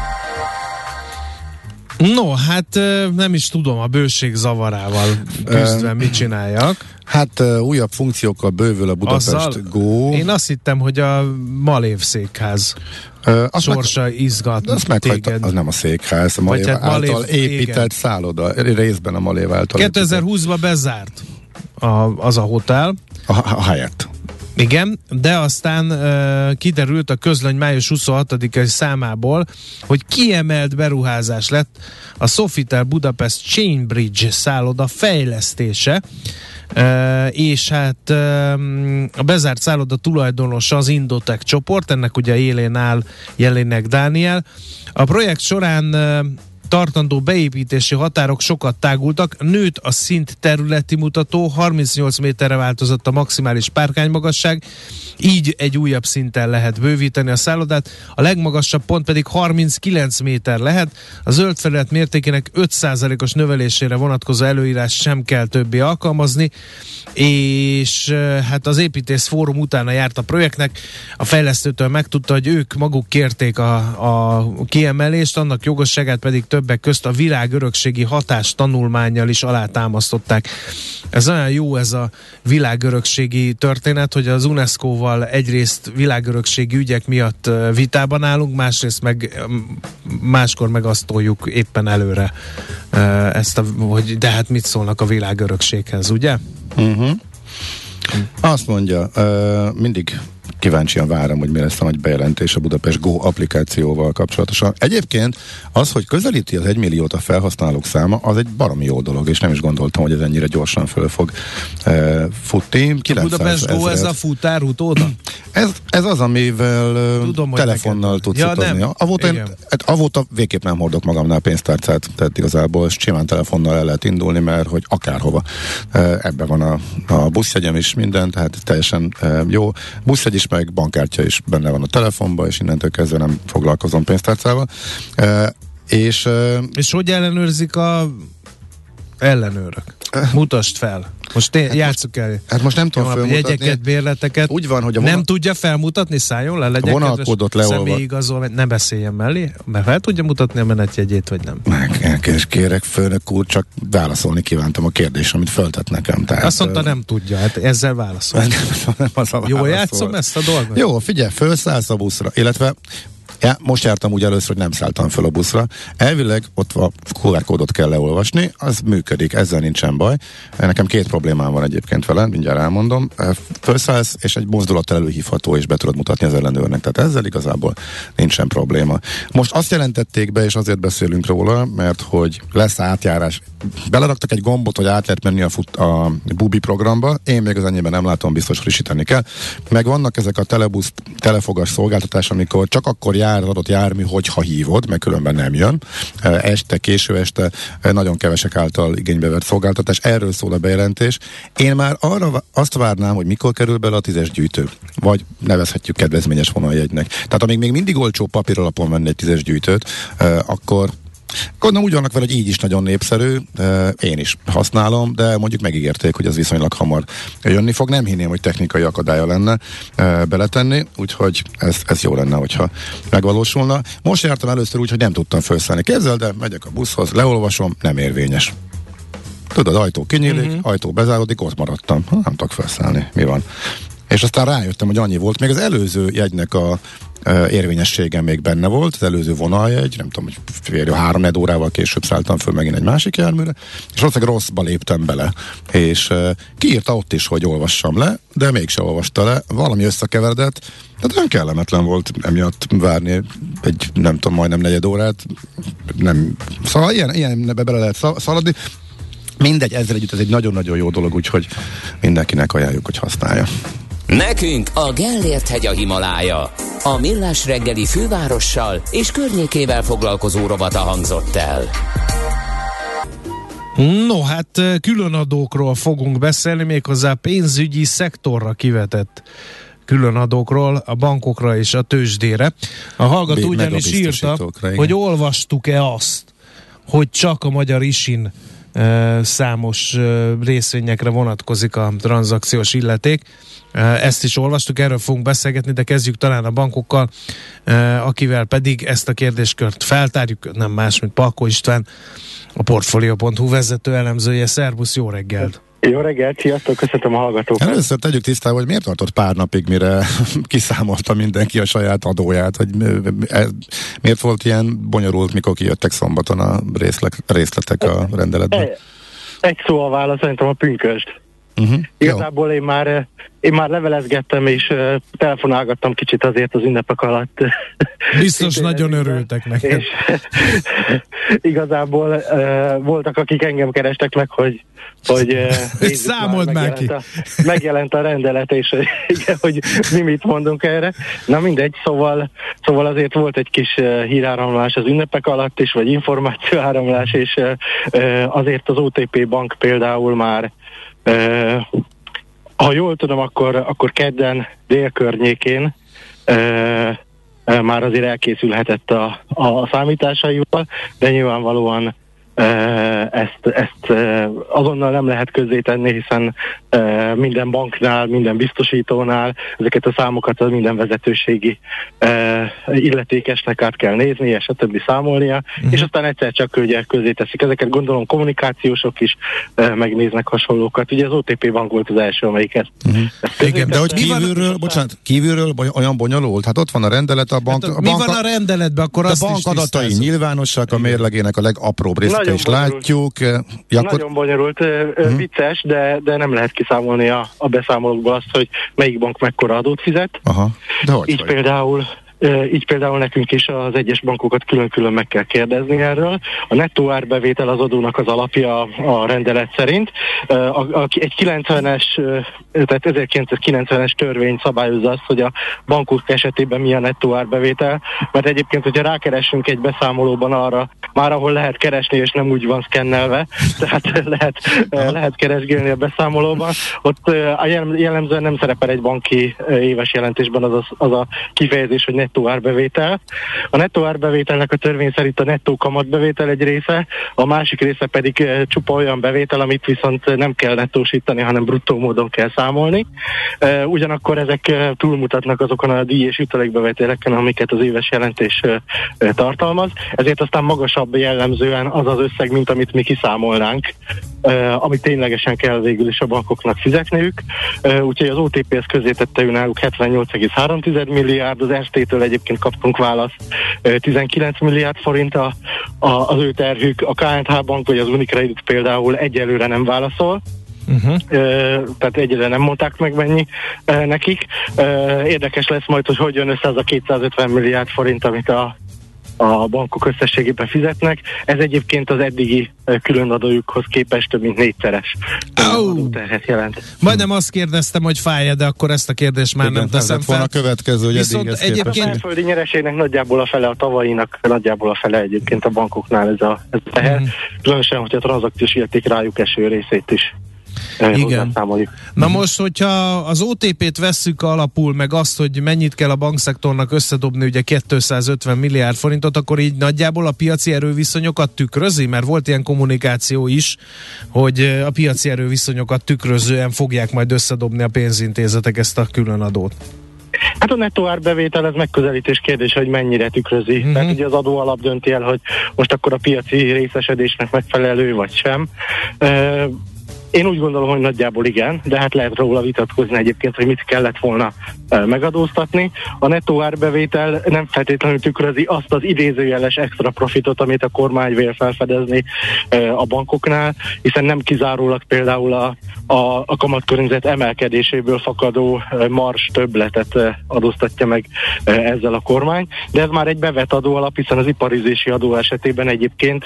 No, hát nem is tudom, a bőség zavarával küzdve mit csináljak. Hát újabb funkciókkal bővül a Budapest Go. Én azt hittem, hogy a Malév székház sorsa izgat téged. Az nem a székház, a Malév által épített szálloda, részben a Malév által 2020-ban bezárt az a hotel. A helyett. Igen, de aztán kiderült a közlöny május 26-ai számából, hogy kiemelt beruházás lett a Sofitel Budapest Chainbridge szálloda fejlesztése, és hát a bezárt szálloda tulajdonosa az Indotech csoport, ennek ugye élén áll Jelinek Dániel. A projekt során tartandó beépítési határok sokat tágultak, nőtt a szint területi mutató, 38 méterre változott a maximális párkánymagasság, így egy újabb szinten lehet bővíteni a szállodát, a legmagasabb pont pedig 39 méter lehet, a zöld felület mértékének 5%-os növelésére vonatkozó előírás sem kell többé alkalmazni, és hát az építész fórum utána járt a projektnek, a fejlesztőtől megtudta, hogy ők maguk kérték a kiemelést, annak jogosságát pedig többek közt a világörökségi hatástanulmánnyal is alátámasztották. Ez olyan jó, ez a világörökségi történet, hogy az UNESCO-val egyrészt világörökségi ügyek miatt vitában állunk, másrészt meg máskor meg azt toljuk éppen előre hogy de hát mit szólnak a világörökséghez, ugye? Azt mondja, mindig kíváncsian várom, hogy mi lesz a nagy bejelentés a Budapest Go applikációval kapcsolatosan. Egyébként az, hogy közelíti az 1 milliót a felhasználók száma, az egy baromi jó dolog, és nem is gondoltam, hogy ez ennyire gyorsan föl fog futni. A Budapest Go, ez a futár utóda? Ez az, amivel tudom, telefonnal tudsz utazni. Avóta végképp nem hordok magamnál pénztárcát, tehát igazából simán telefonnal el lehet indulni, mert hogy akárhova. Ebben van a buszjegyem is, minden, tehát teljesen jó. Buszjegy is, meg bankkártya is benne van a telefonban, és innentől kezdve nem foglalkozom pénztárcával. És hogy ellenőrzik a ellenőrök? Mutasd fel. Most játsszuk el. Hát most nem tudom felmutatni. Jegyeket, bérleteket. Úgy van, hogy nem tudja felmutatni, szálljon le, legyen vonalkódot személyigazolvány. Ne beszéljen mellé, mert fel tudja mutatni a menetjegyét, vagy nem? Kérek, főnök úr, csak válaszolni kívántam a kérdésre, amit föltett nekem. Tehát, azt mondta, nem tudja, hát ezzel válaszol. Jól játszom ezt a dolgot? Jó, figyelj, fölszállsz a buszra, illetve most jártam úgy először, hogy nem szálltam föl a buszra. Elvileg ott a QR kódot kell leolvasni, az működik, ezzel nincsen baj. Nekem 2 problémám van egyébként vele, mindjárt elmondom. Fölszállsz, és egy mozdulattal előhívható, és be tudod mutatni az ellenőrnek. Tehát ezzel igazából nincsen probléma. Most azt jelentették be, és azért beszélünk róla, mert hogy lesz átjárás. Beleraktak egy gombot, hogy át lehet menni a Bubi programba. Én még az ennyiben nem látom, biztos frissíteni kell. Meg vannak ezek a telebusz, telefogas szolgáltatás, amikor csak akkor jár az adott jármű, hogyha hívod, mert különben nem jön. Késő este nagyon kevesek által igénybe vett szolgáltatás. Erről szól a bejelentés. Én már arra azt várnám, hogy mikor kerül bele a 10-es gyűjtő. Vagy nevezhetjük kedvezményes vonaljegynek. Tehát amíg még mindig olcsó papíralapon venni egy 10-es gyűjtőt, akkor gondolom úgy vannak vele, hogy így is nagyon népszerű, én is használom, de mondjuk megígérték, hogy ez viszonylag hamar jönni fog. Nem hinném, hogy technikai akadálya lenne beletenni, úgyhogy ez jó lenne, hogyha megvalósulna. Most jártam először úgy, hogy nem tudtam felszállni. Képzeld, de megyek a buszhoz, leolvasom, nem érvényes. Tudod, ajtó kinyílik, ajtó bezáródik, ott maradtam. Nem tudok felszállni. Mi van? És aztán rájöttem, hogy annyi volt. Még az előző jegynek a érvényessége még benne volt, az előző vonaljegy, nem tudom, hogy 3-4 órával később szálltam föl megint egy másik járműre, és valószínűleg rosszba léptem bele, és kiírta ott is, hogy olvassam le, de mégse olvasta le, valami összekeveredett, tehát olyan kellemetlen volt emiatt várni egy, nem tudom, majdnem 4 órát, nem, szóval ilyenbe bele lehet szaladni. Mindegy, ezzel együtt ez egy nagyon-nagyon jó dolog, úgyhogy mindenkinek ajánljuk, hogy használja. Nekünk a Gellért-hegy a Himalája. A Millás reggeli fővárossal és környékével foglalkozó rovata hangzott el. No, hát különadókról fogunk beszélni, méghozzá pénzügyi szektorra kivetett különadókról, a bankokra és a tőzsdére. A hallgató ugyanis írta, hogy olvastuk-e azt, hogy csak a magyar ISIN számos részvényekre vonatkozik a tranzakciós illeték. Ezt is olvastuk, erről fogunk beszélgetni, de kezdjük talán a bankokkal, akivel pedig ezt a kérdéskört feltárjuk, nem más, mint Palkó István, a Portfolio.hu vezető elemzője. Szervusz, jó reggelt! Jó reggelt, sziasztok, köszöntöm a hallgatókat! Először tegyük tisztába, hogy miért tartott pár napig, mire kiszámolta mindenki a saját adóját, hogy miért volt ilyen bonyolult, mikor kijöttek szombaton a részletek a rendeletben? Egy szó a válasz, szerintem a pünkösd. Igazából én már Én már levelezgettem, és telefonálgattam kicsit azért az ünnepek alatt. Biztos nagyon örültek neked. És igazából voltak, akik engem kerestek meg, hogy számold már ki. Megjelent a rendelet, és igen, hogy mi mit mondunk erre. Na mindegy, szóval azért volt egy kis híráramlás az ünnepek alatt is, vagy információáramlás, és azért az OTP Bank például már ha jól tudom, akkor kedden délkörnyékén már azért elkészülhetett a számításaival, de nyilvánvalóan ezt azonnal nem lehet közzétenni, hiszen minden banknál, minden biztosítónál ezeket a számokat az minden vezetőségi illetékesnek át kell nézni, stb. Számolnia, és aztán egyszer csak ugye közzéteszik. Ezeket gondolom kommunikációsok is megnéznek hasonlókat. Ugye az OTP Bank volt az első, amelyik ezt igen, de hogy kívülről olyan bonyolult? Hát ott van a rendelet, a bank... Hát, mi van a rendeletben? Akkor a bank adatai nyilvánosak, a mérlegének a legapróbb részt is látjuk. Nagyon bonyolult, vicces, de nem lehet kiszámolni a beszámolókból azt, hogy melyik bank mekkora adót fizet. Aha. De hogy Így például nekünk is az egyes bankokat külön-külön meg kell kérdezni erről. A nettó árbevétel az adónak az alapja a rendelet szerint. Egy 1990-es törvény szabályozza azt, hogy a bankok esetében mi a nettó árbevétel, mert egyébként, hogyha rákeresünk egy beszámolóban arra, már ahol lehet keresni, és nem úgy van szkennelve, tehát lehet keresgélni a beszámolóban, ott jellemzően nem szerepel egy banki éves jelentésben az a kifejezés, hogy nettó árbevétel. A nettó árbevételnek a törvény szerint a nettó kamatbevétel egy része, a másik része pedig csupa olyan bevétel, amit viszont nem kell nettósítani, hanem bruttó módon kell számolni. Ugyanakkor ezek túlmutatnak azokon a díj- és jutalékbevételeken, amiket az éves jelentés tartalmaz. Ezért aztán magasabb jellemzően az az összeg, mint amit mi kiszámolnánk, amit ténylegesen kell végül is a bankoknak fizetniük. Úgyhogy az OTP ezt közzétette náluk 78,3 milliárd, az ST-től egyébként kaptunk választ 19 milliárd forint az ő terhük, a KNH Bank vagy az Unicredit például egyelőre nem válaszol. Tehát egyre nem mondták meg mennyi nekik. Érdekes lesz majd, hogy jön össze az a 250 milliárd forint, amit a bankok összességében fizetnek. Ez egyébként az eddigi különadójukhoz képest több mint 4-szeres adóterhet jelent. Majdnem azt kérdeztem, hogy fáj, de akkor ezt a kérdést már nem teszem fel. A következő, hogy viszont egyébként a belföldi nyereségnek nagyjából a fele, a tavalyinak nagyjából a fele egyébként a bankoknál ez a teher. Különösen, hogy a tranzakciós érték rájuk eső részét is igen. Na most, hogyha az OTP-t vesszük alapul, meg azt, hogy mennyit kell a bankszektornak összedobni, ugye 250 milliárd forintot, akkor így nagyjából a piaci erőviszonyokat tükrözi? Mert volt ilyen kommunikáció is, hogy a piaci erőviszonyokat tükrözően fogják majd összedobni a pénzintézetek ezt a különadót. Hát a nettó árbevétel ez megközelítés kérdése, hogy mennyire tükrözi. Tehát ugye az adó alap dönti el, hogy most akkor a piaci részesedésnek megfelelő vagy sem. Én úgy gondolom, hogy nagyjából igen, de hát lehet róla vitatkozni egyébként, hogy mit kellett volna megadóztatni. A nettó árbevétel nem feltétlenül tükrözi azt az idézőjeles extra profitot, amit a kormány vél felfedezni a bankoknál, hiszen nem kizárólag például a kamatkörnyezet emelkedéséből fakadó mars többletet adóztatja meg ezzel a kormány, de ez már egy bevett adóalap, hiszen az iparizési adó esetében egyébként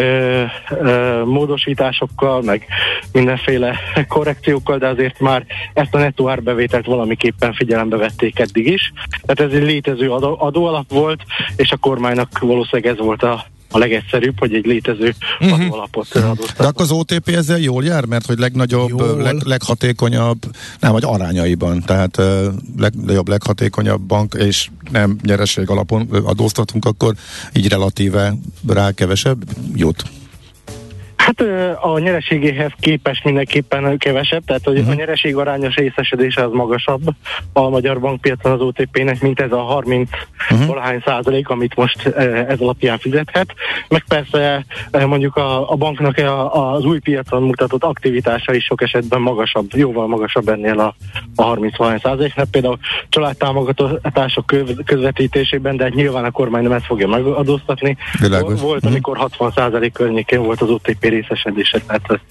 módosításokkal, meg mindenféle korrekciókkal, de azért már ezt a nettó árbevételt valamiképpen figyelembe vették eddig is. Tehát ez egy létező adóalap volt, és a kormánynak valószínűleg ez volt a legegyszerűbb, hogy egy létező adóalapot adóztat. De akkor az OTP ezzel jól jár, mert hogy legnagyobb, leghatékonyabb, nem, vagy arányaiban, tehát legnagyobb, leghatékonyabb bank, és nem nyereség alapon adóztatunk, akkor így relatíve rá kevesebb jut. Hát a nyereségéhez képest mindenképpen kevesebb, tehát hogy a nyereség arányos részesedése az magasabb a magyar bankpiacon az OTP-nek, mint ez a 30 valahány százalék, amit most ez alapján fizethet. Meg persze mondjuk a banknak az új piacon mutatott aktivitása is sok esetben magasabb, jóval magasabb ennél a 30 valahány százaléknak. Például családtámogatások közvetítésében, de nyilván a kormány nem ezt fogja megadóztatni. Volt, amikor 60% környékén volt az OTP részesedése.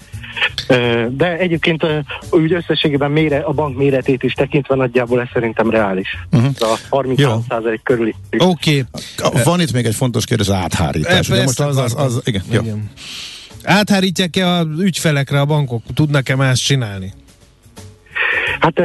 De egyébként úgy összességében a bank méretét is tekintve nagyjából ez szerintem reális. A 30% körüli. Oké. Van itt még egy fontos kérdés, az áthárítás. Ugye most igen. Jó. Áthárítják-e az ügyfelekre a bankok? Tudnak-e más csinálni? Hát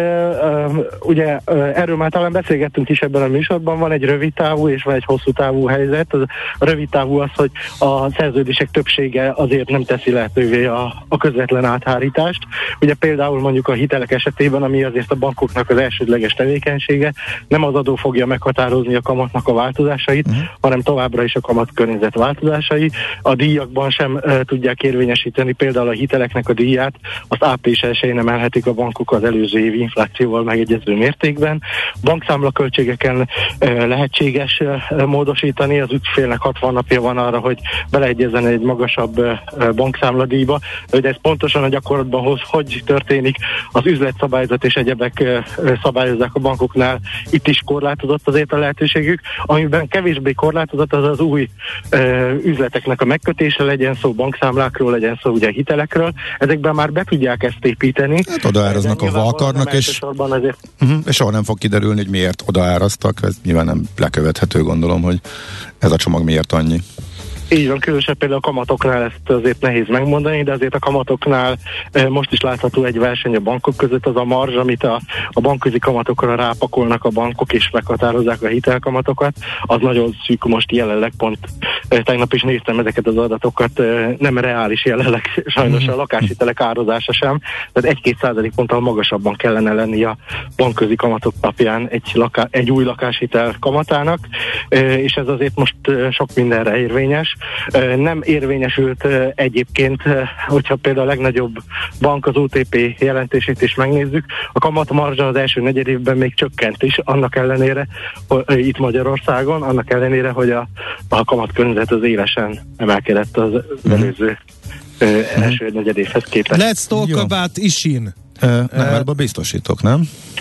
ugye erről már talán beszélgettünk is ebben a műsorban, van egy rövid távú és van egy hosszú távú helyzet. A rövid távú az, hogy a szerződések többsége azért nem teszi lehetővé a közvetlen áthárítást. Ugye például mondjuk a hitelek esetében, ami azért a bankoknak az elsődleges tevékenysége, nem az adó fogja meghatározni a kamatnak a változásait, hanem továbbra is a kamatkörnyezet változásai. A díjakban sem tudják érvényesíteni például a hiteleknek a díját, azt április 1-én emelhetik a bankok az előző évi inflációval megegyező mértékben. Bankszámla költségeken lehetséges módosítani, az ügyfélnek 60 napja van arra, hogy beleegyezzen egy magasabb bankszámladíjba, hogy ez pontosan a gyakorlatban hogy történik, az üzletszabályzat és egyebek szabályozzák a bankoknál, itt is korlátozott azért a lehetőségük, amiben kevésbé korlátozott az az új üzleteknek a megkötése, legyen szó bankszámlákról, legyen szó ugye hitelekről, ezekben már be tudják ezt építeni. Hát odaáraznak, ahova akarnak, és soha nem fog kiderülni, hogy miért odaáraztak, ez nyilván nem lekövethető, gondolom, hogy ez a csomag miért annyi. Így van, különösen például a kamatoknál ezt azért nehéz megmondani, de azért a kamatoknál most is látható egy verseny a bankok között, az a marzs, amit a bankközi kamatokra rápakolnak a bankok és meghatározzák a hitelkamatokat, az nagyon szűk most jelenleg, pont tegnap is néztem ezeket az adatokat, nem reális jelenleg sajnos a lakáshitelek árazása sem, tehát 1-2 ponttal magasabban kellene lenni a bankközi kamatok napján egy új lakáshitel kamatának, és ez azért most sok mindenre érvényes. Nem érvényesült egyébként, hogyha például a legnagyobb bank, az OTP jelentését is megnézzük, a kamatmarzsa az első negyedévben még csökkent is, annak ellenére, itt Magyarországon, annak ellenére, hogy a kamatkörnyezet az élesen emelkedett az előző első negyedévhez képest. Let's talk about ISIN. Nem, mert biztosítok, nem?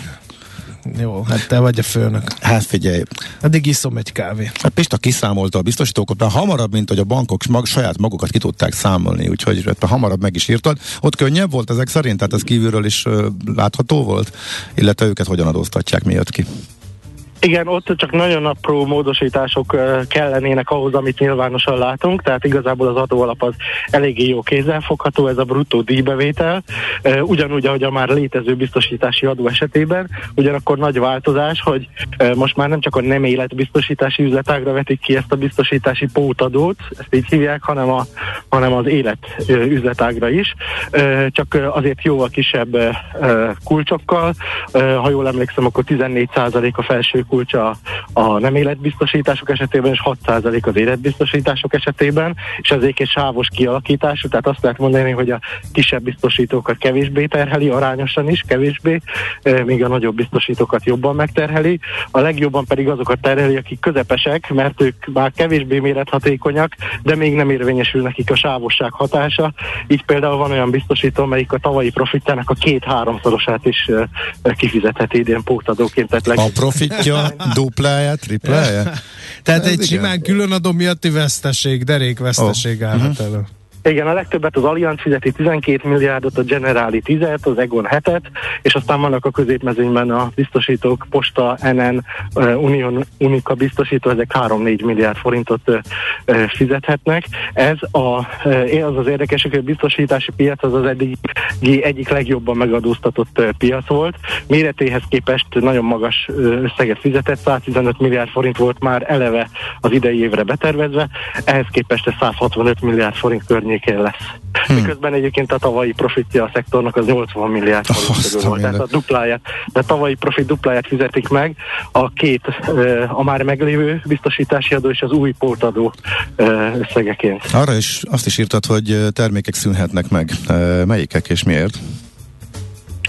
Jó, hát te vagy a főnök. Hát figyelj. Addig iszom egy kávé. Hát Pista kiszámolta a biztosítókat, de hamarabb, mint hogy a bankok saját magukat ki tudták számolni, úgyhogy hamarabb meg is írtad. Ott könnyebb volt ezek szerint? Tehát ez kívülről is látható volt? Illetve őket hogyan adóztatják, mi jött ki? Igen, ott csak nagyon apró módosítások kellenének ahhoz, amit nyilvánosan látunk, tehát igazából az adóalap az eléggé jó kézzelfogható, ez a bruttó díjbevétel, ugyanúgy, ahogy a már létező biztosítási adó esetében, ugyanakkor nagy változás, hogy most már nem csak a nem életbiztosítási üzletágra vetik ki ezt a biztosítási pótadót, ezt így hívják, hanem az élet üzletágra is, csak azért jóval kisebb kulcsokkal, ha jól emlékszem, akkor 14% a felső kulcsa a nem életbiztosítások esetében, és 6% az életbiztosítások esetében, és ezért egy sávos kialakítású, tehát azt lehet mondani, hogy a kisebb biztosítókat kevésbé terheli, arányosan is kevésbé, míg a nagyobb biztosítókat jobban megterheli. A legjobban pedig azokat terheli, akik közepesek, mert ők már kevésbé mérethatékonyak, de még nem érvényesül nekik a sávosság hatása. Így például van olyan biztosító, amelyik a tavalyi profitjának a 2-3-szorosát is kifizetheti idén pótadóként. A profitja dupláját, tripláját? Tehát egy simán különadó miatti veszteség, derékveszteség állhat elő. Igen, a legtöbbet az Allianz fizeti 12 milliárdot, a Generali 10-et, az Egon 7-et, és aztán vannak a középmezőnyben a biztosítók, Posta, NN, Union, Unica biztosító, ezek 3-4 milliárd forintot fizethetnek. Ez az érdekes, hogy a biztosítási piac az egyik legjobban megadóztatott piac volt. Méretéhez képest nagyon magas összeget fizetett, 115 milliárd forint volt már eleve az idei évre betervezve, ehhez képest ez 165 milliárd forint környékén lesz. Miközben egyébként a tavalyi profitja a szektornak az 80 milliárd forint körül volt, tehát a dupláját, de a tavalyi profit dupláját fizetik meg a már meglévő biztosítási adó és az új pótadó összegeként. Arra is azt is írtad, hogy termékek szűnhetnek meg. Melyikek és miért?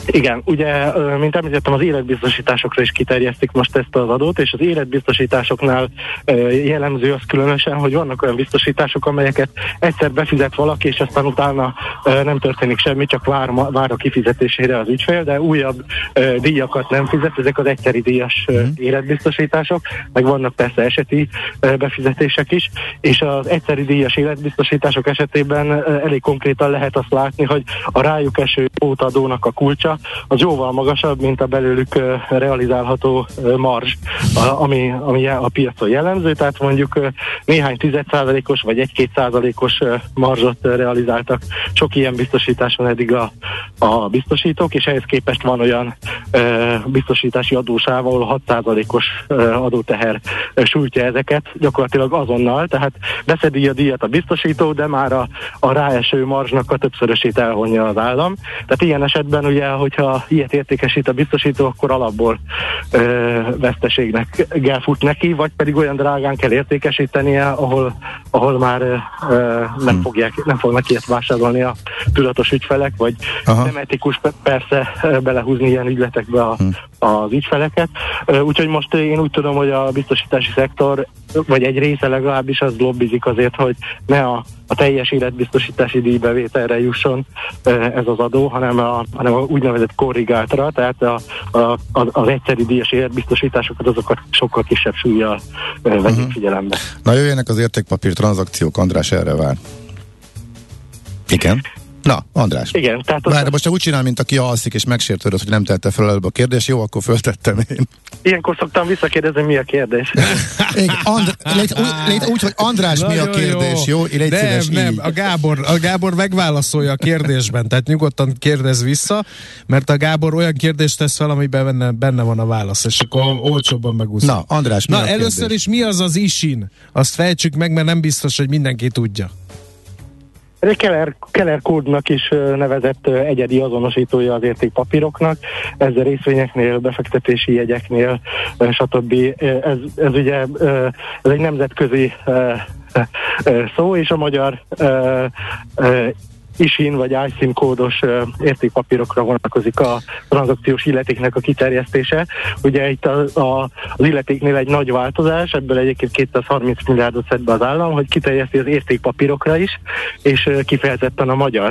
Igen, ugye, mint említettem, az életbiztosításokra is kiterjesztik most ezt az adót, és az életbiztosításoknál jellemző az különösen, hogy vannak olyan biztosítások, amelyeket egyszer befizet valaki, és aztán utána nem történik semmi, csak vár a kifizetésére az ügyfél, de újabb díjakat nem fizet, ezek az egyszeri díjas életbiztosítások, meg vannak persze eseti befizetések is, és az egyszeri díjas életbiztosítások esetében elég konkrétan lehet azt látni, hogy a rájuk eső pótadónak a kulcsa az jóval magasabb, mint a belőlük realizálható marzs, ami a piacon jellemző, tehát mondjuk néhány 10%-os vagy 1-2%-os marzsot realizáltak sok ilyen biztosításon eddig a biztosítók, és ehhez képest van olyan biztosítási adósáv, ahol 6%-os adóteher sújtja ezeket, gyakorlatilag azonnal, tehát beszedi a díjat a biztosító, de már a ráeső marzsnak a többszörösét elvonja az állam. Tehát ilyen esetben ugye, hogyha ilyet értékesít a biztosító, akkor alapból veszteségnek fut neki, vagy pedig olyan drágán kell értékesítenie, ahol már nem fognak ilyet vásárolni a tudatos ügyfelek, vagy nem etikus persze belehúzni ilyen ügyletekbe az ügyfeleket. Úgyhogy most én úgy tudom, hogy a biztosítási szektor, vagy egy része legalábbis az lobbizik azért, hogy ne a teljes életbiztosítási díjbevételre jusson ez az adó, hanem a úgynevezett korrigáltra, tehát az egyszeri díjas életbiztosításokat, azokat sokkal kisebb súllyal vegyük figyelembe. Na jöjjenek az értékpapír tranzakciók, András erre vár. Igen. Na, András. Igen, tehát várj, most csak úgy csinál, mint aki alszik, és megsértődött, hogy nem tette fel előbb a kérdést. Jó, akkor föltettem én. Ilyenkor szoktam visszakérdezni, mi a kérdés. Légy úgy, hogy András, mi a kérdés, jó? Légy szíves, nem, így. a Gábor megválaszolja a kérdésben, tehát nyugodtan kérdezz vissza, mert a Gábor olyan kérdést tesz fel, amiben benne van a válasz, és akkor olcsóbban megúszom. Na, András, mi a kérdés? Először is mi az ISIN? Azt fejtsük meg, mert nem biztos, hogy mindenki tudja. Ez egy Keller kódnak is nevezett egyedi azonosítója az értékpapíroknak, ez a részvényeknél, befektetési jegyeknél, stb. Ez ugye ez egy nemzetközi szó, és a magyar ISIN vagy ISIN kódos értékpapírokra vonatkozik a tranzakciós illetéknek a kiterjesztése. Ugye itt az illetéknél egy nagy változás, ebből egyébként 230 milliárdot szed be az állam, hogy kiterjeszti az értékpapírokra is, és kifejezetten a magyar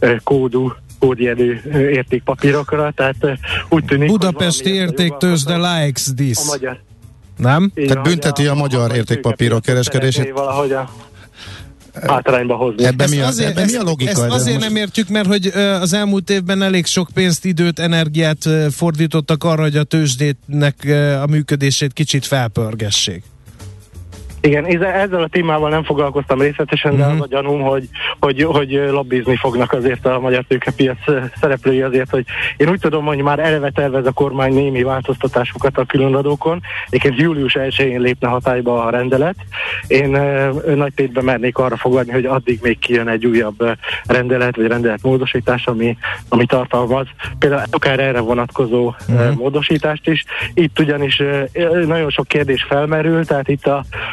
kódjelű értékpapírokra, tehát úgy tűnik, Budapesti értéktőzsde likes this. A magyar. Nem? Tehát bünteti a magyar értékpapírok kereskedését. Valahogy hátrányba hozni. Ebben mi a logika? Ezt azért nem értjük, mert hogy az elmúlt évben elég sok pénzt, időt, energiát fordítottak arra, hogy a tőzsdének a működését kicsit felpörgessék. Igen, ezzel a témával nem foglalkoztam részletesen, de az a gyanúm, hogy lobbizni fognak azért a magyar tőkepiac szereplői azért, hogy én úgy tudom, hogy már eleve tervez a kormány némi változtatásokat a különadókon. Egyébként július 1-én lépne hatályba a rendelet. Én nagy tétben mernék arra fogadni, hogy addig még kijön egy újabb rendelet, vagy rendeletmódosítás, ami tartalmaz például akár erre vonatkozó módosítást is. Itt ugyanis nagyon sok kérdés felmerül, tehát itt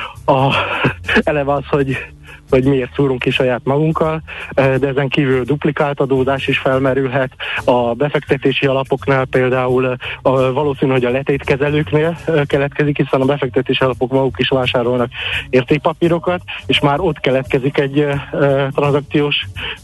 eleve az, hogy miért szúrunk ki saját magunkkal, de ezen kívül duplikált adózás is felmerülhet. A befektetési alapoknál például valószínű, hogy a letétkezelőknél keletkezik, hiszen a befektetési alapok maguk is vásárolnak értékpapírokat, és már ott keletkezik egy tranzakciós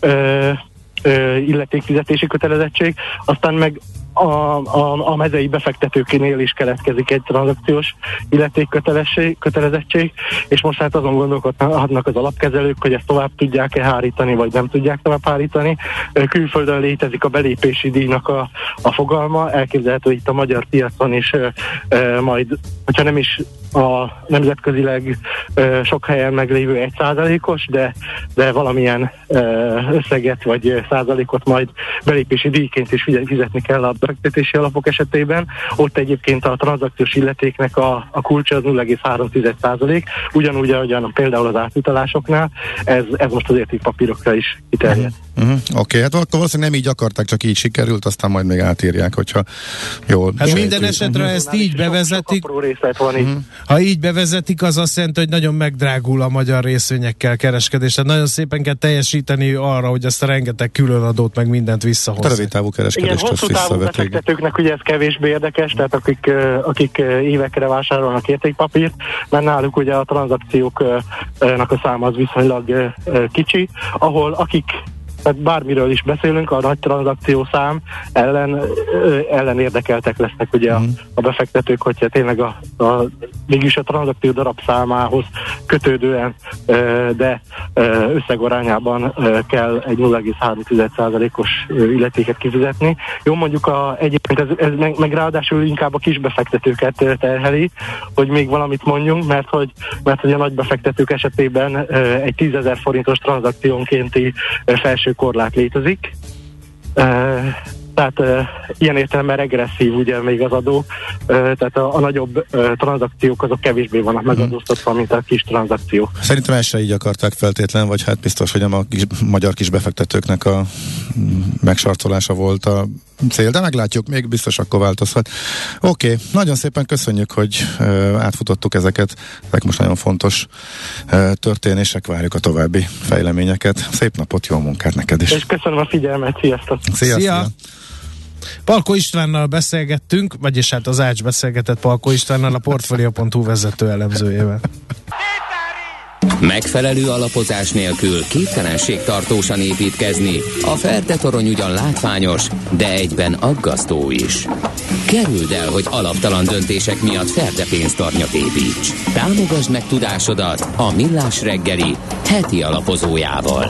illetékfizetési kötelezettség, aztán meg a mezei befektetőkénél is keletkezik egy tranzakciós illetékkötelezettség, és most hát azon gondolkodnak az alapkezelők, hogy ezt tovább tudják-e hárítani, vagy nem tudják tovább hárítani. Külföldön létezik a belépési díjnak a fogalma, elképzelhető itt a magyar piacon is majd, hogyha nem is a nemzetközileg sok helyen meglévő 1%-os, de valamilyen összeget vagy százalékot majd belépési díjként is fizetni kell a befektetési alapok esetében. Ott egyébként a tranzakciós illetéknek a kulcsa az 0,3%, ugyanúgy, ahogyan például az átutalásoknál, ez most az értékpapírokra is kiterjed. Oké, hát akkor valószínűleg nem így akarták, csak így sikerült, aztán majd még átírják, hogyha jól. Hát minden esetre ezt így bevezetik. Ha így bevezetik, az azt jelenti, hogy nagyon megdrágul a magyar részvényekkel kereskedés. Tehát nagyon szépen kell teljesíteni arra, hogy ezt a rengeteg különadót meg mindent visszahozzák. Rövidtávú kereskedést igen, hosszú távú befektetőknek ugye ez kevésbé érdekes, tehát akik évekre vásárolnak értékpapírt, mert náluk ugye a tranzakcióknak a száma az viszonylag kicsi, ahol tehát bármiről is beszélünk, a nagy tranzakciószám ellen érdekeltek lesznek ugye a befektetők, hogyha tényleg mégis a tranzakció darabszámához kötődően, de összegorányában kell egy 0,3%-os illetéket kifizetni. Jó, mondjuk egyébként ez meg ráadásul inkább a kis befektetőket terheli, hogy még valamit mondjunk, mert hogy a nagy befektetők esetében egy 10 000 forintos tranzakciónkénti felső korlát létezik. Tehát ilyen értelemben regresszív ugye még az adó, tehát a nagyobb tranzakciók azok kevésbé vannak megadóztatva, mint a kis tranzakciók. Szerintem ezt se így akarták feltétlen, vagy hát biztos, hogy a magyar kis befektetőknek a megsarcolása volt a cél, de meglátjuk, még biztos akkor változhat. Oké, nagyon szépen köszönjük, hogy átfutottuk ezeket. Ezek most nagyon fontos történések, várjuk a további fejleményeket. Szép napot, jó munkát neked is. És köszönöm a figyelmet, sziasztok! Szia! Palko Istvánnal beszélgettünk, vagyis hát az Ács beszélgetett Palko Istvánnal, a Portfolio.hu vezető elemzőjével. Megfelelő alapozás nélkül képtelenség tartósan építkezni. A Ferde torony ugyan látványos, de egyben aggasztó is. Kerüld el, hogy alaptalan döntések miatt Ferde pénztarnyat építs. Támogasd meg tudásodat a Millás reggeli heti alapozójával.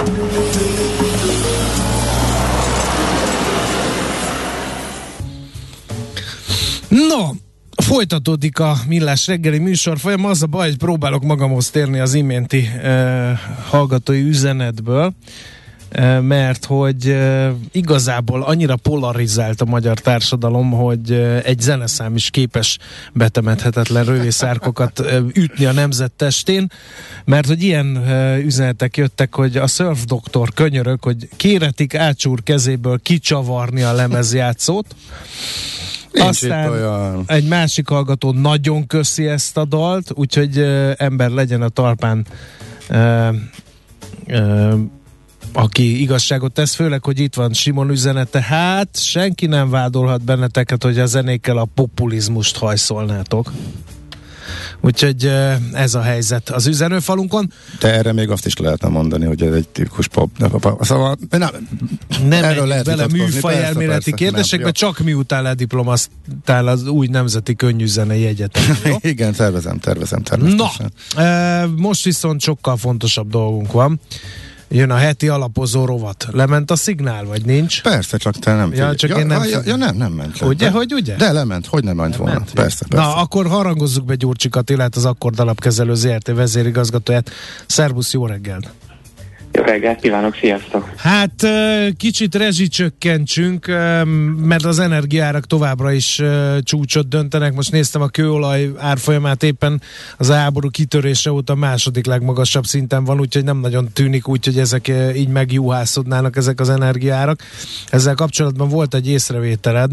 No, folytatódik a Millás reggeli műsorfolyam. Az a baj, hogy próbálok magamhoz térni az iménti hallgatói üzenetből, mert hogy igazából annyira polarizált a magyar társadalom, hogy egy zeneszám is képes betemethetetlen rövészárkokat ütni a nemzet testén, mert hogy ilyen üzenetek jöttek, hogy a Surf Doktor könyörög, hogy kéretik Ács úr kezéből kicsavarni a lemezjátszót. Aztán egy másik hallgató nagyon köszi ezt a dalt, úgyhogy ember legyen a talpán, aki igazságot tesz, főleg, hogy itt van Simon üzenete. Hát senki nem vádolhat benneteket, hogy a zenékkel a populizmust hajszolnátok. Úgyhogy ez a helyzet az üzenőfalunkon. De erre még azt is lehetne mondani, hogy ez egy tipikus pop. Szóval nem megyünk bele műfaj elméleti kérdésekbe, csak miután lediplomaztál az új nemzeti könnyűzenei egyetemről. Igen, tervezem. Na, most viszont sokkal fontosabb dolgunk van. Jön a heti alapozó rovat. Lement a szignál, vagy nincs? Persze, csak te nem. Ja, csak én nem. Nem ment le. Ugye, hogy ugye? De lement, hogy nem ment volna. Persze. Na, akkor harangozzuk be Gyurcsik Attilát, az Akkord Alapkezelő ZRT vezérigazgatóját. Szervusz, jó reggelt! Jó reggelt kívánok, sziasztok! Hát kicsit rezsicsökkentsünk, mert az energiaárak továbbra is csúcsot döntenek. Most néztem a kőolaj árfolyamát, éppen az háború kitörése óta második legmagasabb szinten van, úgyhogy nem nagyon tűnik úgy, hogy ezek így megjuhászodnának ezek az energiaárak. Ezzel kapcsolatban volt egy észrevételed,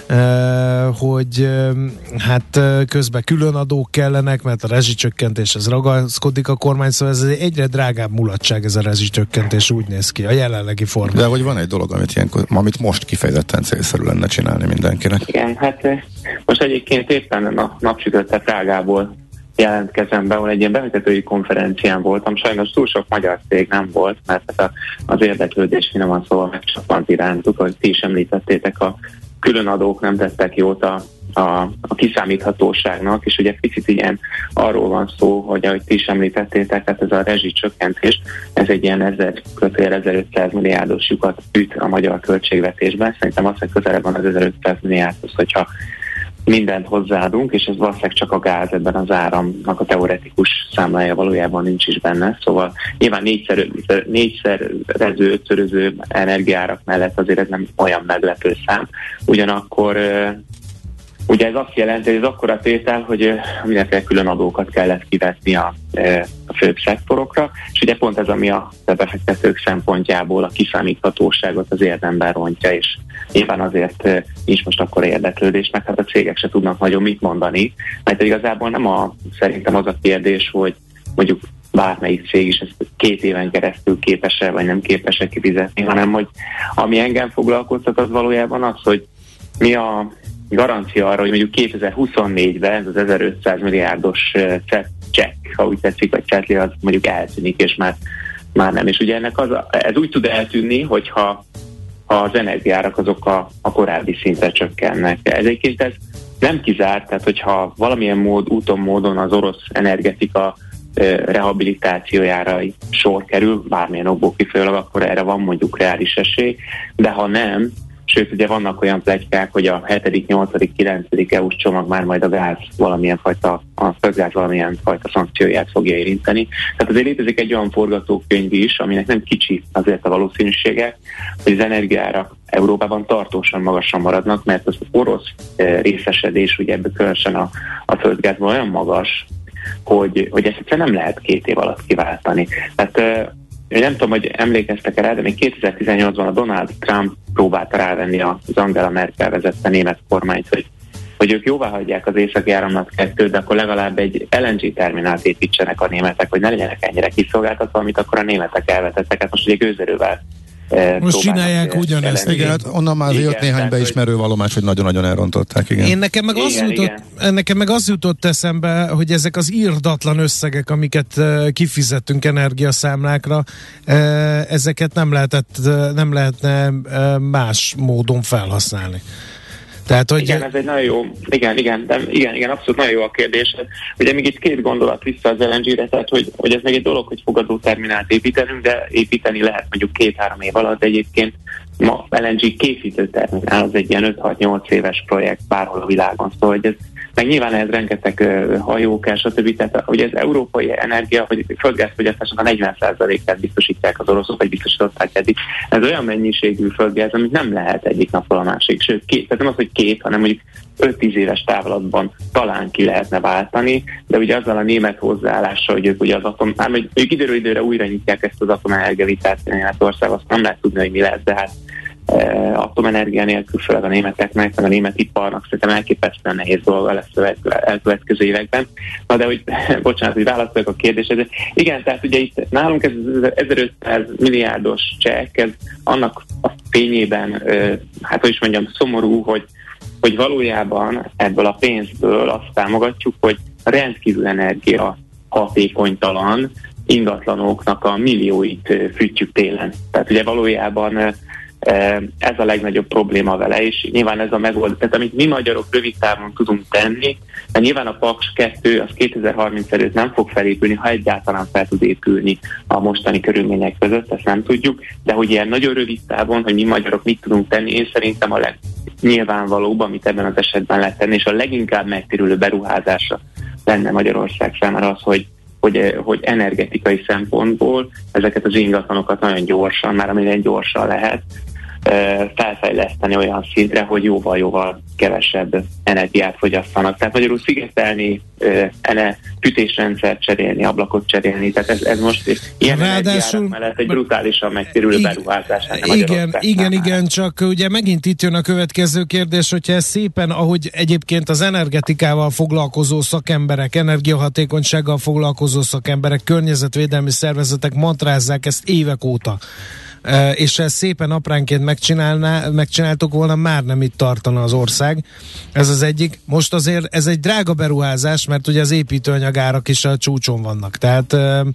hogy hát közben különadók kellenek, mert a rezsicsökkentéshez ragaszkodik a kormány, szóval ez egyre drágább mulatság, ez a rezsicsökkentés, úgy néz ki a jelenlegi formában. De hogy van egy dolog, amit most kifejezetten célszerű lenne csinálni mindenkinek. Igen, hát most egyébként éppen a napsütötte Prágából jelentkezem be, ahol egy ilyen befektetői konferencián voltam. Sajnos túl sok magyar cég nem volt, mert az érdeklődés finoman szóval megcsapant irántuk, hogy ti is említettétek, a különadók nem tettek jót a kiszámíthatóságnak, és ugye picit ilyen arról van szó, hogy ahogy ti is említettétek, tehát ez a rezsicsökkentés, ez egy ilyen 1500 milliárdos lyukat üt a magyar költségvetésben. Szerintem azt közelebb van az 1500 milliárdhoz, hogyha mindent hozzáadunk, és ez valószínűleg csak a gáz, ebben az áramnak a teoretikus számlája valójában nincs is benne. Szóval nyilván négyszerező, ötszöröző energiárak mellett azért ez nem olyan meglepő szám. Ugyanakkor Ugye ez azt jelenti, hogy ez akkora tétel, hogy mindenféle külön adókat kellett kivetni a főbb szektorokra, és ugye pont ez, ami a befektetők szempontjából a kiszámíthatóságot az érdemben rontja, és nyilván azért nincs most akkor érdeklődés, meg hát a cégek se tudnak nagyon mit mondani, mert igazából nem szerintem az a kérdés, hogy mondjuk bármelyik cég is ezt 2 éven keresztül képes-e, vagy nem képes-e kifizetni, hanem hogy ami engem foglalkoztat, az valójában az, hogy mi a garancia arra, hogy mondjuk 2024-ben ez az 1500 milliárdos csekk, ha úgy tetszik, vagy csetli, az mondjuk eltűnik, és már nem. És ugye ez úgy tud eltűnni, hogyha az energiárak azok a korábbi szintre csökkennek. Egyébként ez nem kizárt, tehát hogyha valamilyen úton, módon az orosz energetika rehabilitációjára sor kerül, bármilyen okból kifolyólag, akkor erre van mondjuk reális esély, de ha nem, sőt, ugye vannak olyan pletykák, hogy a 7., 8., 9. EU-s csomag már majd a földgáz valamilyen fajta szankcióját fogja érinteni. Tehát azért létezik egy olyan forgatókönyv is, aminek nem kicsi azért a valószínűsége, hogy az energiárak Európában tartósan magasan maradnak, mert az orosz részesedés, ugye ebből különösen a földgázban olyan magas, hogy ezt egyszerűen nem lehet 2 év alatt kiváltani. Tehát nem tudom, hogy emlékeztek rá, de még 2018-ban a Donald Trump próbálta rávenni az Angela Merkel vezette német kormányt, hogy ők jóvá hagyják az északi áramlat 2-t, de akkor legalább egy LNG terminált építsenek a németek, hogy ne legyenek ennyire kiszolgáltatva, amit akkor a németek elvetettek. Hát most ugye gőzerővel most csinálják ugyanezt. Igen, hát onnan már jött néhány beismerő valomás, hogy nagyon-nagyon elrontották. Igen. Nekem meg az jutott eszembe, hogy ezek az irdatlan összegek, amiket kifizettünk energiaszámlákra, ezeket nem lehetne más módon felhasználni. Tehát, hogy... Igen, ez egy nagyon jó, igen, abszolút nagyon jó a kérdés. Ugye még itt 2 gondolat vissza az LNG-re, tehát hogy ez meg egy dolog, hogy fogadó terminált építenünk, de építeni lehet mondjuk 2-3 év alatt, de egyébként ma LNG készítő terminál, az egy ilyen 5-6-8 éves projekt bárhol a világon, szóval hogy ez meg nyilván ez rengeteg hajók, stb. Tehát hogy ez európai energia, vagy földgázfogyasztásnak a 40%-át biztosítják az oroszok, vagy biztosították eddig. Ez olyan mennyiségű földgáz, amit nem lehet egyik napról a másik. Sőt, tehát nem az, hogy 2, hanem mondjuk 5-10 éves távlatban talán ki lehetne váltani, de ugye azzal a német hozzáállással, hogy ők ugye az ők időről időre újra nyitják ezt az atomenergia vitát Németország, azt nem lehet tudni, hogy mi lesz, de hát atomenergia nélkül, főleg a németeknek, meg a német iparnak szerintem elképesztően nehéz dolga lesz elkövetkező években. Na de hogy, bocsánat, hogy válaszoljak a kérdésre. Igen, tehát ugye itt nálunk ez az 1500 milliárdos csekk, ez annak a fényében, hát hogy is mondjam, szomorú, hogy valójában ebből a pénzből azt támogatjuk, hogy rendkívül energia hatékonytalan ingatlanoknak a millióit fűtjük télen. Tehát ugye valójában ez a legnagyobb probléma vele, és nyilván ez a megoldás, tehát amit mi magyarok rövid távon tudunk tenni, mert nyilván a Paks 2 az 2030 előtt nem fog felépülni, ha egyáltalán fel tud épülni a mostani körülmények között, ezt nem tudjuk, de hogy ilyen nagyon rövid távon, hogy mi magyarok mit tudunk tenni, én szerintem a legnyilvánvalóbb, amit ebben az esetben lehet tenni, és a leginkább megtérülő beruházása lenne Magyarország számára az, hogy energetikai szempontból ezeket az ingatlanokat nagyon gyorsan, már amilyen gyorsan lehet, felfejleszteni olyan szintre, hogy jóval jóval energiát fogyasztanak. Tehát magyarul szigetelni, fűtésrendszert cserélni, ablakot cserélni, tehát ez most ilyen energiárak mellett egy brutálisan megtérülő beruházás. Igen, csak ugye megint itt jön a következő kérdés, hogyha ez szépen, ahogy egyébként az energetikával foglalkozó szakemberek, energiahatékonysággal foglalkozó szakemberek, környezetvédelmi szervezetek mantrázzák ezt évek óta, és ezt szépen apránként megcsináltuk volna, már nem itt tartana az ország. Ez az egyik. Most azért ez egy drága beruházás, mert ugye az építőanyagárak is a csúcson vannak. Tehát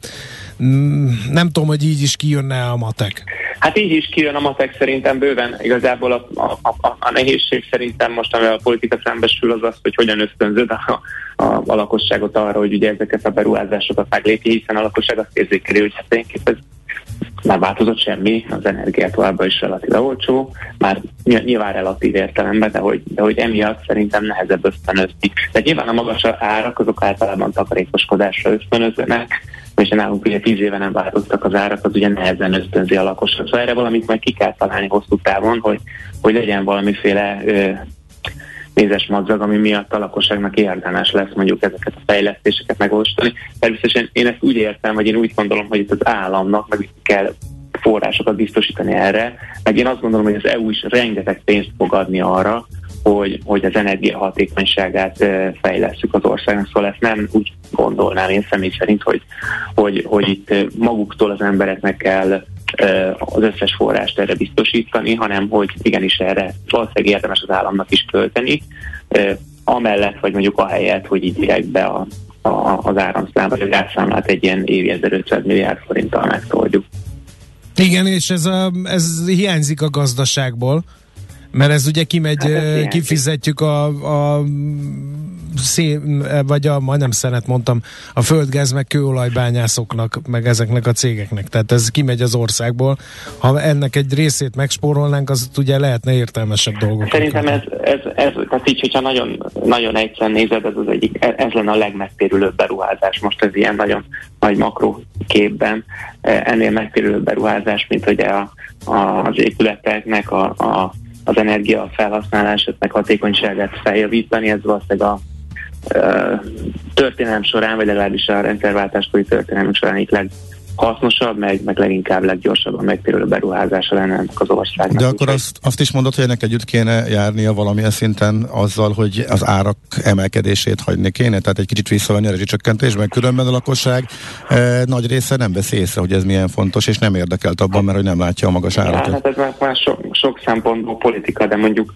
nem tudom, hogy így is kijönne a matek. Hát így is kijön a matek szerintem bőven. Igazából a nehézség szerintem most, amivel a politika szembesül, az hogy hogyan ösztönzöd a lakosságot arra, hogy ugye ezeket a beruházásokat meglépje, hiszen a lakosság azt érzékeli, hogy hát tényleg már változott semmi, az energia továbbra is relatíve olcsó, már nyilván relatív értelemben, de hogy emiatt szerintem nehezebb ösztönözni. De nyilván a magas árak azok általában takarékoskodásra ösztönöznek, és nálunk ugye 10 éve nem változtak az árak, az ugye nehezen ösztönzi a lakosságot. Szóval erre valamit majd ki kell találni hosszú távon, hogy legyen valamiféle mézes madzag, ami miatt a lakosságnak érdemes lesz mondjuk ezeket a fejlesztéseket megvalósítani. Természetesen én ezt úgy értem, vagy én úgy gondolom, hogy itt az államnak meg kell forrásokat biztosítani erre, meg én azt gondolom, hogy az EU is rengeteg pénzt fog adni arra, hogy az energiahatékonyságát fejlesszük az országnak, szóval ezt nem úgy gondolnám én személy szerint, hogy itt maguktól az embereknek kell az összes forrást erre biztosítani, hanem hogy igenis erre valószínűleg érdemes az államnak is költeni, amellett vagy mondjuk ahelyett, hogy így direkt be az áramszám vagy a gázszámlát egy ilyen évi 1500 milliárd forinttal megtoldjuk. Igen, és ez hiányzik a gazdaságból, mert ez ugye kimegy, kifizetjük majdnem szenet mondtam, a földgáz meg kőolajbányászoknak, meg ezeknek a cégeknek. Tehát ez kimegy az országból. Ha ennek egy részét megspórolnánk, az ugye lehetne értelmesebb dolgok. Szerintem ez tehát így, hogyha nagyon, nagyon egyszerűen nézed, ez lenne a legmegtérülőbb beruházás. Most ez ilyen nagyon nagy makroképben ennél megtérülőbb beruházás, mint ugye az épületeknek az energia felhasználását, hatékonyságát feljavítani, ez valószínűleg a történelem során, vagy legalábbis a rendszerváltáskori történelem során itt leghasznosabb, meg leginkább leggyorsabban megtérülő beruházása lenne ennek az országnak. De akkor azt is mondod, hogy ennek együtt kéne járnia valamilyen szinten azzal, hogy az árak emelkedését hagyni kéne, tehát egy kicsit visszavenni a rezsicsökkentés, meg különben a lakosság nagy része nem veszi észre, hogy ez milyen fontos, és nem érdekelt abban, mert hogy nem látja a magas árakat. Hát ez már sok szempontból politika, de mondjuk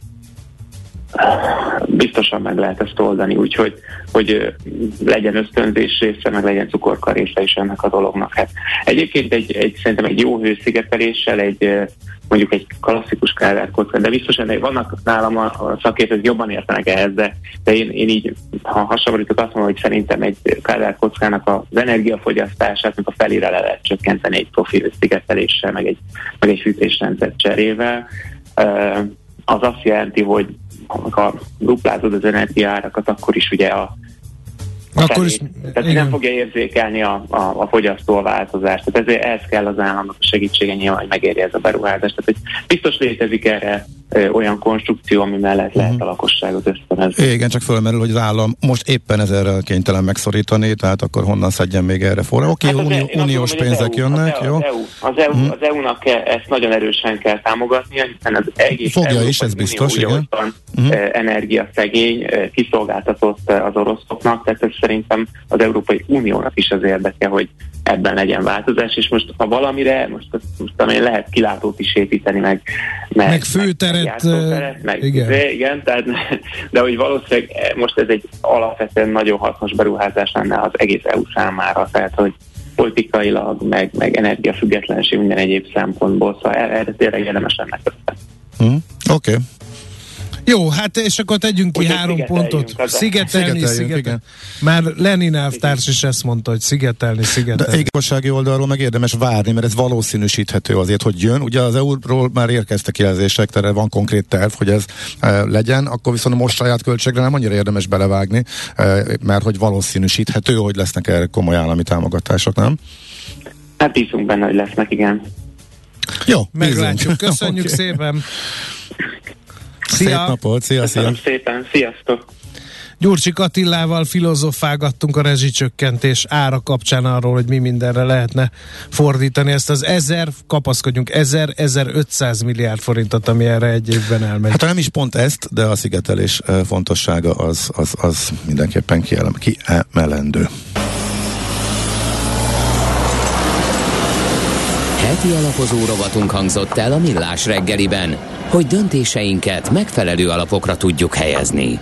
biztosan meg lehet ezt oldani, úgyhogy hogy legyen ösztönzés része, meg legyen cukorka része is ennek a dolognak. Hát egyébként szerintem egy jó hőszigeteléssel, mondjuk egy klasszikus kádárkocka, de biztosan vannak nálam a szakértők jobban értenek ehhez, de én így, ha hasonlítok, azt mondom, hogy szerintem egy kádárkockának az energiafogyasztását, meg a felére le lehet csökkenteni egy profi hőszigeteléssel, meg egy fűtésrendszer cserével. Az azt jelenti, hogy ha duplázod az energiaárakat, akkor is ugye tehát nem fogja érzékelni a fogyasztó a változást. Tehát ezért ez kell az államnak a segítsége nyilván, hogy megérje ez a beruházás. Tehát hogy biztos létezik erre olyan konstrukció, ami mellett lehet a lakosságot ösztönözni. Igen, csak fölmerül, hogy az állam most éppen ezzel kénytelen megszorítani, tehát akkor honnan szedjen még erre forrá. Oké, uniós pénzek jönnek, jó? Az EU-nak ezt nagyon erősen kell támogatnia, hiszen az egész fogja is, ez biztos, igen. Energiaszegény, kiszolgáltatott az oroszoknak, tehát ez szerintem az Európai Uniónak is az érdeke, hogy ebben legyen változás, és most ha valamire, most lehet kilátót is építeni, meg főteret, igen, tehát, de hogy valószínűleg most ez egy alapvetően nagyon hasznos beruházás lenne az egész EU számára, tehát hogy politikailag, meg energiafüggetlenség minden egyéb szempontból, szóval erre tényleg érdemes lenne kötni. Oké. Jó, hát és akkor tegyünk ki 3 pontot. Szigetelni. Már Lenin elvtárs is ezt mondta, hogy szigetelni. De igazsági oldalról meg érdemes várni, mert ez valószínűsíthető azért, hogy jön. Ugye az EU-ról már érkeztek jelzések, tehát van konkrét terv, hogy ez legyen, akkor viszont most saját költségre nem annyira érdemes belevágni, mert hogy valószínűsíthető, hogy lesznek erre komoly állami támogatások, nem? Hát bízunk benne, hogy lesznek, igen. Jó, meglátjuk. Köszönjük szépen! Szia! Szép napot! Köszönöm szépen! Sziasztok! Gyurcsik Attilával filozofálgattunk a rezsicsökkentés ára kapcsán arról, hogy mi mindenre lehetne fordítani ezt az 1500 milliárd forintot, ami erre egy évben elmegy. Hát nem is pont ezt, de a szigetelés fontossága az mindenképpen kiemelendő. Heti alapozó rovatunk hangzott el a Millás reggeliben, hogy döntéseinket megfelelő alapokra tudjuk helyezni.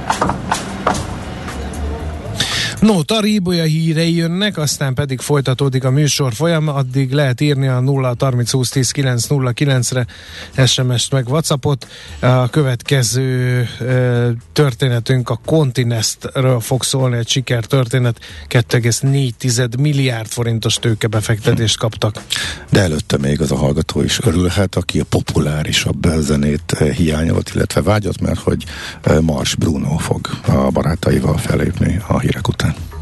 No, Taríbolya hírei jönnek, aztán pedig folytatódik a műsor folyama, addig lehet írni a 0-30-20-10-9-09-re SMS-t meg WhatsAppot. A következő történetünk a Continestről fog szólni, egy sikertörténet, 2,4 milliárd forintos tőkebefektetést kaptak. De előtte még az a hallgató is örülhet, aki a populárisabb zenét hiányolt, illetve vágyott, mert hogy Mars Bruno fog a barátaival fellépni a hírek után.